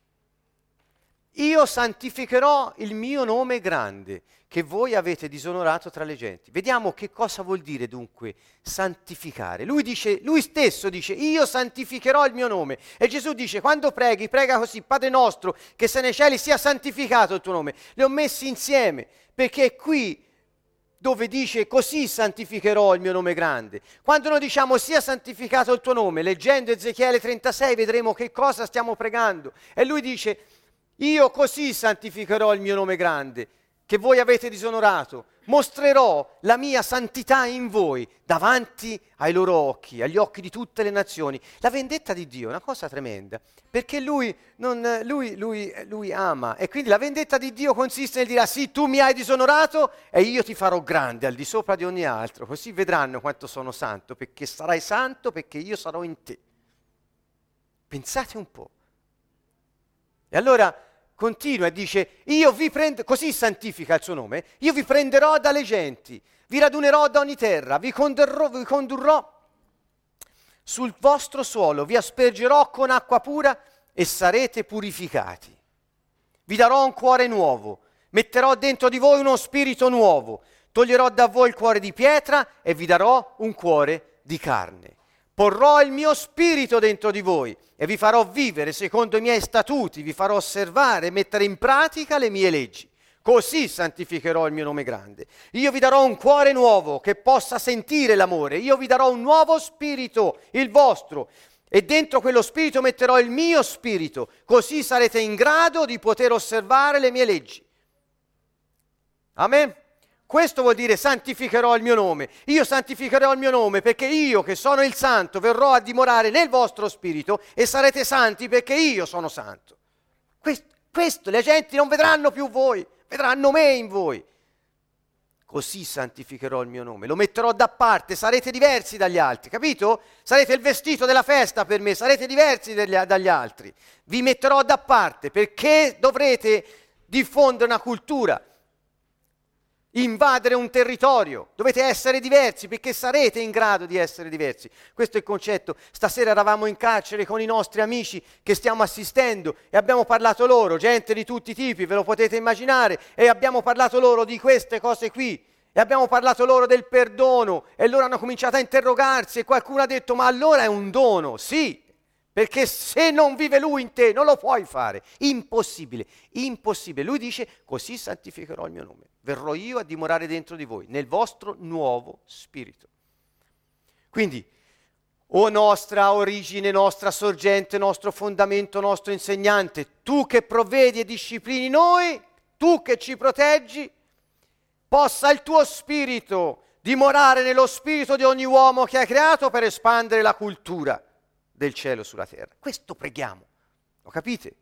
Io santificherò il mio nome grande, che voi avete disonorato tra le genti. Vediamo che cosa vuol dire dunque santificare. Lui stesso dice: io santificherò il mio nome. E Gesù dice: quando preghi, prega così: Padre nostro, che sei nei cieli, sia santificato il tuo nome. Li ho messi insieme, perché è qui dove dice: così santificherò il mio nome grande. Quando noi diciamo sia santificato il tuo nome, leggendo Ezechiele 36 vedremo che cosa stiamo pregando. E lui dice: io così santificherò il mio nome grande, che voi avete disonorato. Mostrerò la mia santità in voi davanti ai loro occhi, agli occhi di tutte le nazioni. La vendetta di Dio è una cosa tremenda, perché lui ama, e quindi la vendetta di Dio consiste nel dire: sì, tu mi hai disonorato e io ti farò grande al di sopra di ogni altro, così vedranno quanto sono santo, perché sarai santo, perché io sarò in te. Pensate un po'. E allora continua e dice: io vi prendo, così santifica il suo nome, io vi prenderò dalle genti, vi radunerò da ogni terra, vi condurrò sul vostro suolo, vi aspergerò con acqua pura e sarete purificati. Vi darò un cuore nuovo, metterò dentro di voi uno spirito nuovo, toglierò da voi il cuore di pietra e vi darò un cuore di carne. Porrò il mio spirito dentro di voi e vi farò vivere secondo i miei statuti, vi farò osservare e mettere in pratica le mie leggi. Così santificherò il mio nome grande. Io vi darò un cuore nuovo che possa sentire l'amore. Io vi darò un nuovo spirito, il vostro, e dentro quello spirito metterò il mio spirito. Così sarete in grado di poter osservare le mie leggi. Amen? Questo vuol dire santificherò il mio nome. Io santificherò il mio nome perché io, che sono il santo, verrò a dimorare nel vostro spirito e sarete santi perché io sono santo. Questo le genti non vedranno più voi, vedranno me in voi. Così santificherò il mio nome, lo metterò da parte, sarete diversi dagli altri, capito? Sarete il vestito della festa per me, sarete diversi dagli altri. Vi metterò da parte perché dovrete diffondere una cultura, invadere un territorio, dovete essere diversi perché sarete in grado di essere diversi. Questo è il concetto. Stasera eravamo in carcere con i nostri amici che stiamo assistendo e abbiamo parlato loro, gente di tutti i tipi, ve lo potete immaginare, e abbiamo parlato loro di queste cose qui e abbiamo parlato loro del perdono e loro hanno cominciato a interrogarsi e qualcuno ha detto: ma allora è un dono? Sì, perché se non vive lui in te non lo puoi fare, impossibile, impossibile. Lui dice: così santificherò il mio nome, verrò io a dimorare dentro di voi, nel vostro nuovo spirito. Quindi, o nostra origine, nostra sorgente, nostro fondamento, nostro insegnante, tu che provvedi e disciplini noi, tu che ci proteggi, possa il tuo spirito dimorare nello spirito di ogni uomo che hai creato per espandere la cultura del cielo sulla terra. Questo preghiamo, lo capite?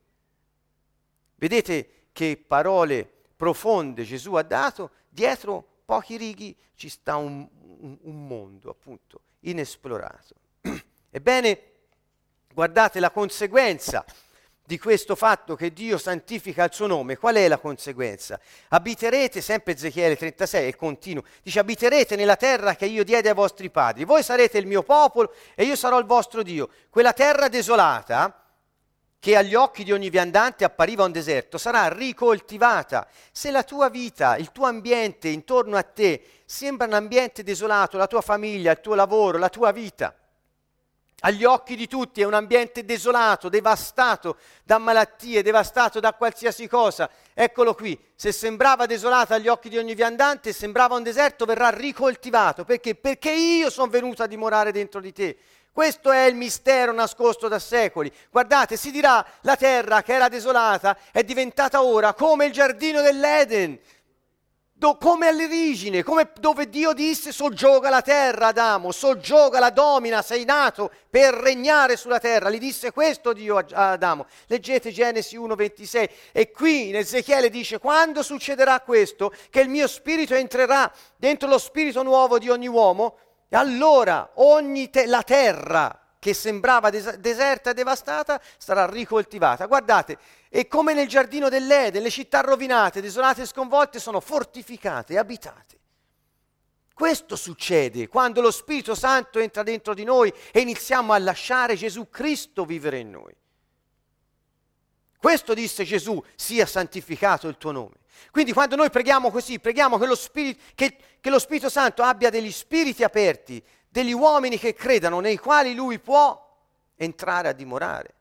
Vedete che parole profonde Gesù ha dato? Dietro pochi righi ci sta un mondo appunto inesplorato. Ebbene, guardate la conseguenza di questo fatto che Dio santifica il suo nome. Qual è la conseguenza? Abiterete, sempre Ezechiele 36 e continuo, dice: abiterete nella terra che io diedi ai vostri padri, voi sarete il mio popolo e io sarò il vostro Dio. Quella terra desolata, che agli occhi di ogni viandante appariva un deserto, sarà ricoltivata. Se la tua vita, il tuo ambiente intorno a te sembra un ambiente desolato, la tua famiglia, il tuo lavoro, la tua vita, Agli occhi di tutti è un ambiente desolato, devastato da malattie, devastato da qualsiasi cosa. Eccolo qui, se sembrava desolato agli occhi di ogni viandante, sembrava un deserto, verrà ricoltivato. Perché? Perché io sono venuto a dimorare dentro di te. Questo è il mistero nascosto da secoli. Guardate, si dirà, la terra che era desolata è diventata ora come il giardino dell'Eden, come all'origine, come dove Dio disse soggioga la terra, Adamo, soggiogala, domina, sei nato per regnare sulla terra. Gli disse questo Dio a Adamo. Leggete Genesi 1:26 e qui in Ezechiele dice quando succederà questo, che il mio spirito entrerà dentro lo spirito nuovo di ogni uomo, e allora la terra che sembrava deserta e devastata sarà ricoltivata. Guardate, e come nel giardino dell'Eden, le città rovinate, desolate e sconvolte sono fortificate e abitate. Questo succede quando lo Spirito Santo entra dentro di noi e iniziamo a lasciare Gesù Cristo vivere in noi. Questo disse Gesù, sia santificato il tuo nome. Quindi quando noi preghiamo così, preghiamo che lo Spirito Santo abbia degli spiriti aperti, degli uomini che credano, nei quali Lui può entrare a dimorare.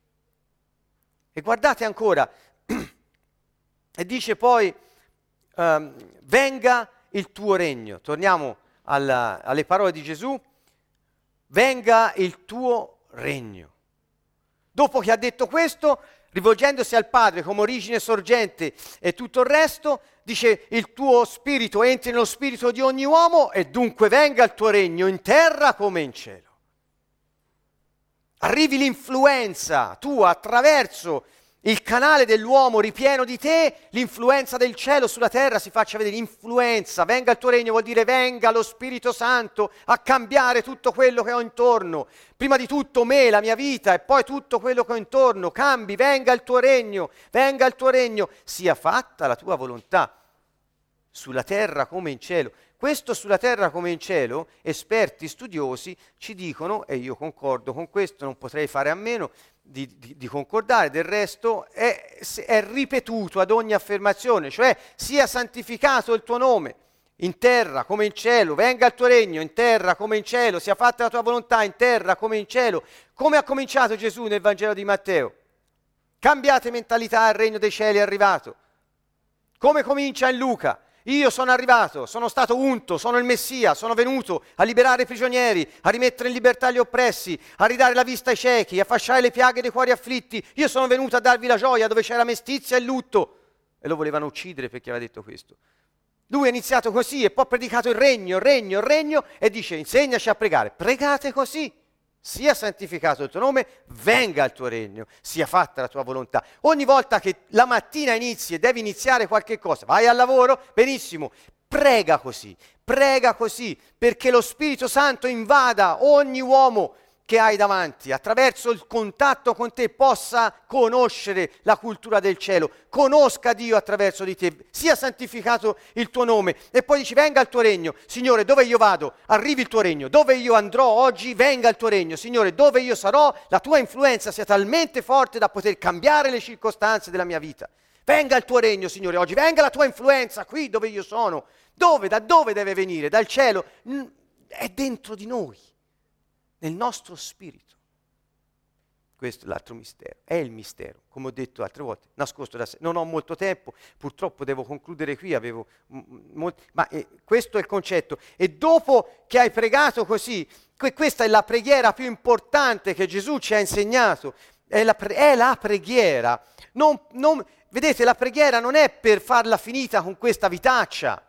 E guardate ancora, e dice poi, venga il tuo regno. Torniamo alle parole di Gesù, venga il tuo regno. Dopo che ha detto questo, rivolgendosi al Padre come origine sorgente e tutto il resto, dice il tuo spirito entri nello spirito di ogni uomo e dunque venga il tuo regno in terra come in cielo. Arrivi l'influenza tua attraverso il canale dell'uomo ripieno di te, l'influenza del cielo sulla terra si faccia vedere. Influenza, venga il tuo regno vuol dire venga lo Spirito Santo a cambiare tutto quello che ho intorno. Prima di tutto me, la mia vita e poi tutto quello che ho intorno. Cambi, venga il tuo regno, sia fatta la tua volontà sulla terra come in cielo. Questo sulla terra come in cielo, esperti studiosi ci dicono, e io concordo con questo, non potrei fare a meno di concordare, del resto è ripetuto ad ogni affermazione, cioè sia santificato il tuo nome, in terra come in cielo, venga il tuo regno, in terra come in cielo, sia fatta la tua volontà, in terra come in cielo. Come ha cominciato Gesù nel Vangelo di Matteo? Cambiate mentalità, il regno dei cieli è arrivato. Come comincia in Luca? Io sono arrivato, sono stato unto, sono il Messia, sono venuto a liberare i prigionieri, a rimettere in libertà gli oppressi, a ridare la vista ai ciechi, a fasciare le piaghe dei cuori afflitti. Io sono venuto a darvi la gioia dove c'era mestizia e lutto. E lo volevano uccidere perché aveva detto questo. Lui ha iniziato così e poi ha predicato il regno e dice insegnaci a pregare. Pregate così. Sia santificato il tuo nome, venga il tuo regno, sia fatta la tua volontà. Ogni volta che la mattina inizi e devi iniziare qualche cosa, vai al lavoro, benissimo, prega così, perché lo Spirito Santo invada ogni uomo che hai davanti, attraverso il contatto con te possa conoscere la cultura del cielo, conosca Dio attraverso di te, sia santificato il tuo nome. E poi dici venga il tuo regno, Signore dove io vado, arrivi il tuo regno, dove io andrò oggi venga il tuo regno, Signore dove io sarò la tua influenza sia talmente forte da poter cambiare le circostanze della mia vita. Venga il tuo regno, Signore, oggi, venga la tua influenza qui dove io sono. Dove? Da dove deve venire? Dal cielo? È dentro di noi. Nel nostro spirito. Questo è l'altro mistero, è il mistero, come ho detto altre volte, nascosto da sé. Non ho molto tempo, purtroppo devo concludere qui, questo è il concetto. E dopo che hai pregato così, questa è la preghiera più importante che Gesù ci ha insegnato, è la preghiera. Vedete, la preghiera non è per farla finita con questa vitaccia,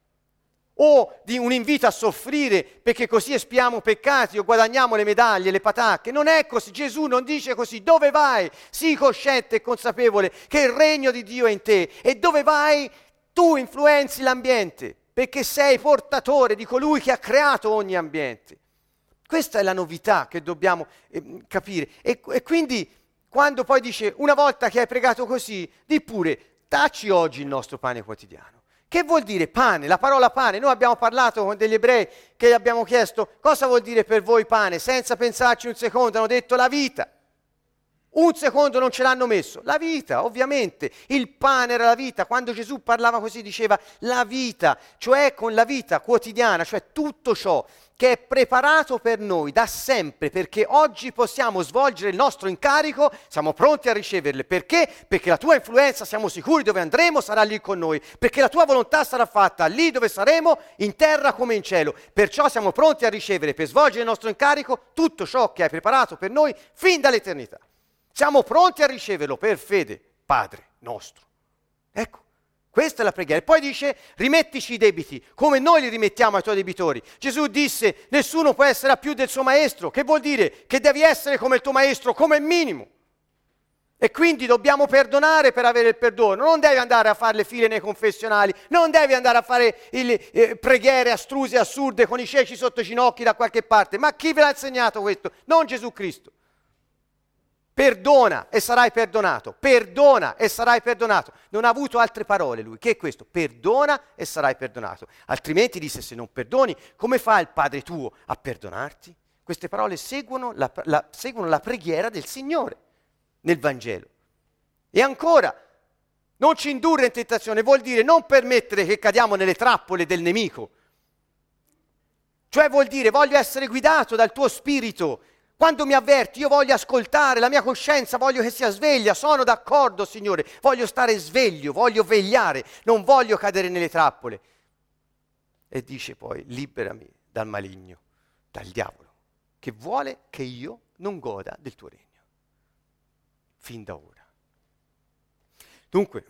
o di un invito a soffrire perché così espiamo peccati o guadagniamo le medaglie, le patacche. Non è così, Gesù non dice così. Dove vai? Sii cosciente e consapevole che il regno di Dio è in te, e dove vai tu influenzi l'ambiente perché sei portatore di colui che ha creato ogni ambiente. Questa è la novità che dobbiamo capire. E quindi quando poi dice una volta che hai pregato così, di pure dacci oggi il nostro pane quotidiano. Che vuol dire pane? La parola pane, noi abbiamo parlato con degli ebrei che gli abbiamo chiesto cosa vuol dire per voi pane, senza pensarci un secondo, hanno detto la vita. Un secondo non ce l'hanno messo. La vita, ovviamente. Il pane era la vita. Quando Gesù parlava così diceva la vita, cioè con la vita quotidiana, cioè tutto ciò che è preparato per noi da sempre, perché oggi possiamo svolgere il nostro incarico, siamo pronti a riceverle. Perché? Perché la tua influenza, siamo sicuri dove andremo, sarà lì con noi. Perché la tua volontà sarà fatta lì dove saremo, in terra come in cielo. Perciò siamo pronti a ricevere, per svolgere il nostro incarico, tutto ciò che hai preparato per noi fin dall'eternità. Siamo pronti a riceverlo per fede, Padre nostro. Ecco. Questa è la preghiera. E poi dice, rimettici i debiti, come noi li rimettiamo ai tuoi debitori. Gesù disse, nessuno può essere a più del suo maestro. Che vuol dire? Che devi essere come il tuo maestro, come minimo. E quindi dobbiamo perdonare per avere il perdono. Non devi andare a fare le file nei confessionali, non devi andare a fare preghiere astruse, assurde, con i ceci sotto i ginocchi da qualche parte. Ma chi ve l'ha insegnato questo? Non Gesù Cristo. Perdona e sarai perdonato, perdona e sarai perdonato. Non ha avuto altre parole lui, che è questo, perdona e sarai perdonato. Altrimenti disse, se non perdoni, come fa il Padre tuo a perdonarti? Queste parole seguono la preghiera del Signore nel Vangelo. E ancora, non ci indurre in tentazione, vuol dire non permettere che cadiamo nelle trappole del nemico. Cioè vuol dire, voglio essere guidato dal tuo spirito. Quando mi avverti, io voglio ascoltare, la mia coscienza voglio che sia sveglia, sono d'accordo, Signore, voglio stare sveglio, voglio vegliare, non voglio cadere nelle trappole. E dice poi, liberami dal maligno, dal diavolo, che vuole che io non goda del tuo regno, fin da ora. Dunque,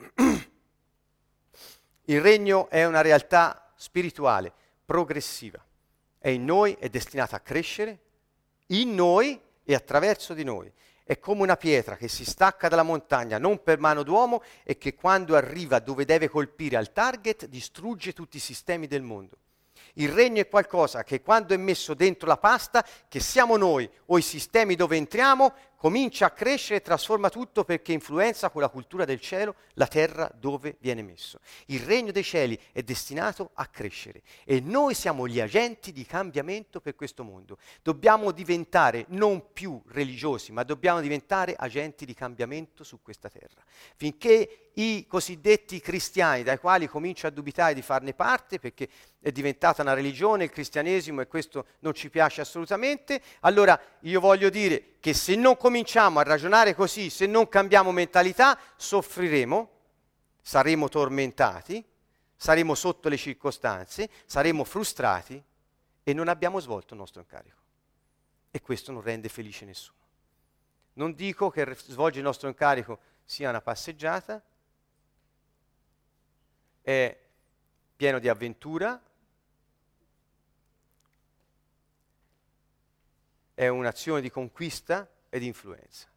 il regno è una realtà spirituale, progressiva, è in noi, è destinata a crescere, in noi e attraverso di noi. È come una pietra che si stacca dalla montagna non per mano d'uomo e che quando arriva dove deve colpire al target distrugge tutti i sistemi del mondo. Il regno è qualcosa che quando è messo dentro la pasta, che siamo noi o i sistemi dove entriamo, comincia a crescere e trasforma tutto perché influenza con la cultura del cielo la terra dove viene messo. Il regno dei cieli è destinato a crescere e noi siamo gli agenti di cambiamento per questo mondo. Dobbiamo diventare non più religiosi, ma dobbiamo diventare agenti di cambiamento su questa terra. Finché i cosiddetti cristiani, dai quali comincio a dubitare di farne parte, perché è diventata una religione, il cristianesimo, e questo non ci piace assolutamente, allora io voglio dire che se non cominciamo a ragionare così, se non cambiamo mentalità, soffriremo, saremo tormentati, saremo sotto le circostanze, saremo frustrati e non abbiamo svolto il nostro incarico. E questo non rende felice nessuno. Non dico che svolgere il nostro incarico sia una passeggiata, è pieno di avventura, è un'azione di conquista e di influenza.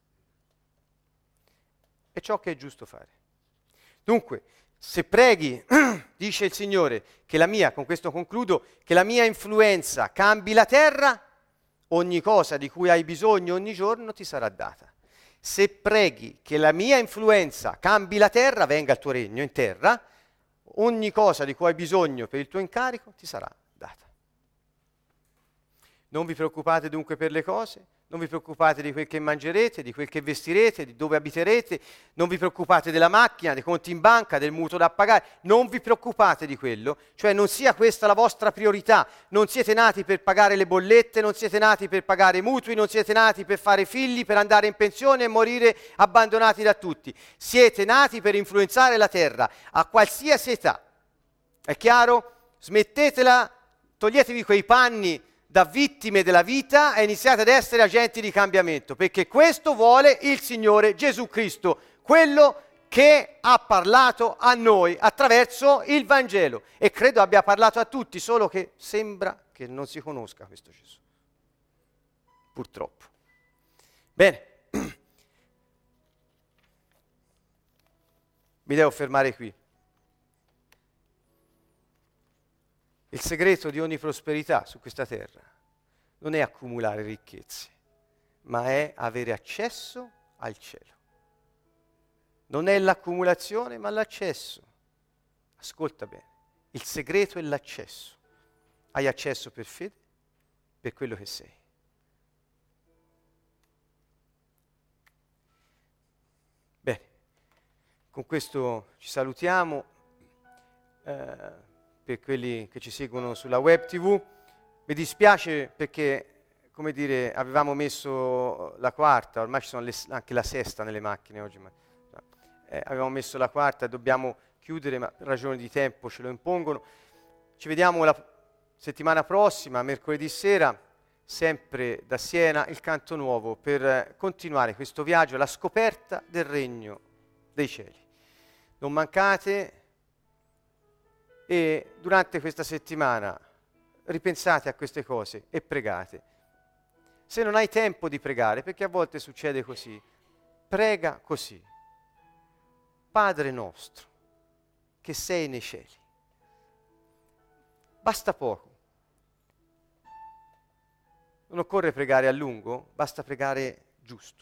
È ciò che è giusto fare. Dunque, se preghi, dice il Signore, che la mia, con questo concludo, che la mia influenza cambi la terra, ogni cosa di cui hai bisogno ogni giorno ti sarà data. Se preghi che la mia influenza cambi la terra, venga il tuo regno in terra, ogni cosa di cui hai bisogno per il tuo incarico ti sarà data. Non vi preoccupate dunque per le cose, non vi preoccupate di quel che mangerete, di quel che vestirete, di dove abiterete, non vi preoccupate della macchina, dei conti in banca, del mutuo da pagare, non vi preoccupate di quello, cioè non sia questa la vostra priorità, non siete nati per pagare le bollette, non siete nati per pagare i mutui, non siete nati per fare figli, per andare in pensione e morire abbandonati da tutti, siete nati per influenzare la terra a qualsiasi età. È chiaro? Smettetela, toglietevi quei panni da vittime della vita e iniziate ad essere agenti di cambiamento, perché questo vuole il Signore Gesù Cristo, quello che ha parlato a noi attraverso il Vangelo e credo abbia parlato a tutti, solo che sembra che non si conosca questo Gesù, purtroppo. Bene, mi devo fermare qui. Il segreto di ogni prosperità su questa terra non è accumulare ricchezze, ma è avere accesso al cielo. Non è l'accumulazione, ma l'accesso. Ascolta bene, il segreto è l'accesso. Hai accesso per fede, per quello che sei. con questo ci salutiamo. Per quelli che ci seguono sulla web TV, mi dispiace perché, come dire, avevamo messo la quarta, ormai ci sono anche la sesta nelle macchine oggi, ma avevamo messo la quarta e dobbiamo chiudere, ma per ragioni di tempo ce lo impongono. Ci vediamo la settimana prossima, mercoledì sera, sempre da Siena, il Canto Nuovo, per continuare questo viaggio alla scoperta del Regno dei Cieli. Non mancate, e durante questa settimana ripensate a queste cose e pregate. Se non hai tempo di pregare, perché a volte succede così, prega così. Padre nostro, che sei nei cieli. Basta poco. Non occorre pregare a lungo, basta pregare giusto.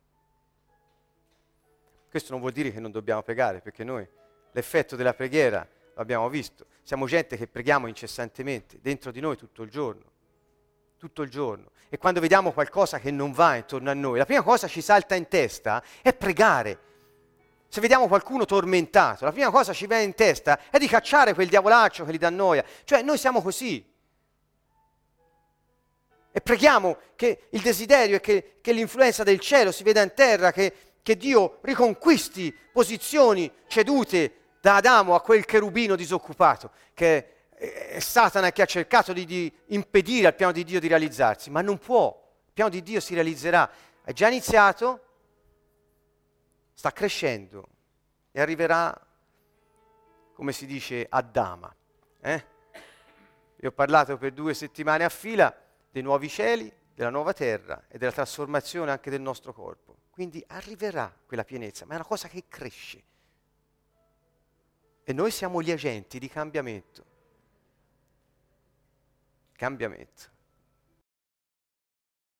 Questo non vuol dire che non dobbiamo pregare, perché noi l'effetto della preghiera l'abbiamo visto. Siamo gente che preghiamo incessantemente, dentro di noi tutto il giorno. Tutto il giorno. E quando vediamo qualcosa che non va intorno a noi, la prima cosa ci salta in testa è pregare. Se vediamo qualcuno tormentato, la prima cosa ci viene in testa è di cacciare quel diavolaccio che gli dà noia. Cioè noi siamo così. E preghiamo che il desiderio è che l'influenza del cielo si veda in terra, che Dio riconquisti posizioni cedute da Adamo a quel cherubino disoccupato, che è Satana che ha cercato di impedire al piano di Dio di realizzarsi, ma non può. Il piano di Dio si realizzerà. È già iniziato, sta crescendo e arriverà, come si dice, a dama. Io ho parlato per 2 settimane a fila dei nuovi cieli, della nuova terra e della trasformazione anche del nostro corpo. Quindi arriverà quella pienezza, ma è una cosa che cresce. E noi siamo gli agenti di cambiamento. Cambiamento.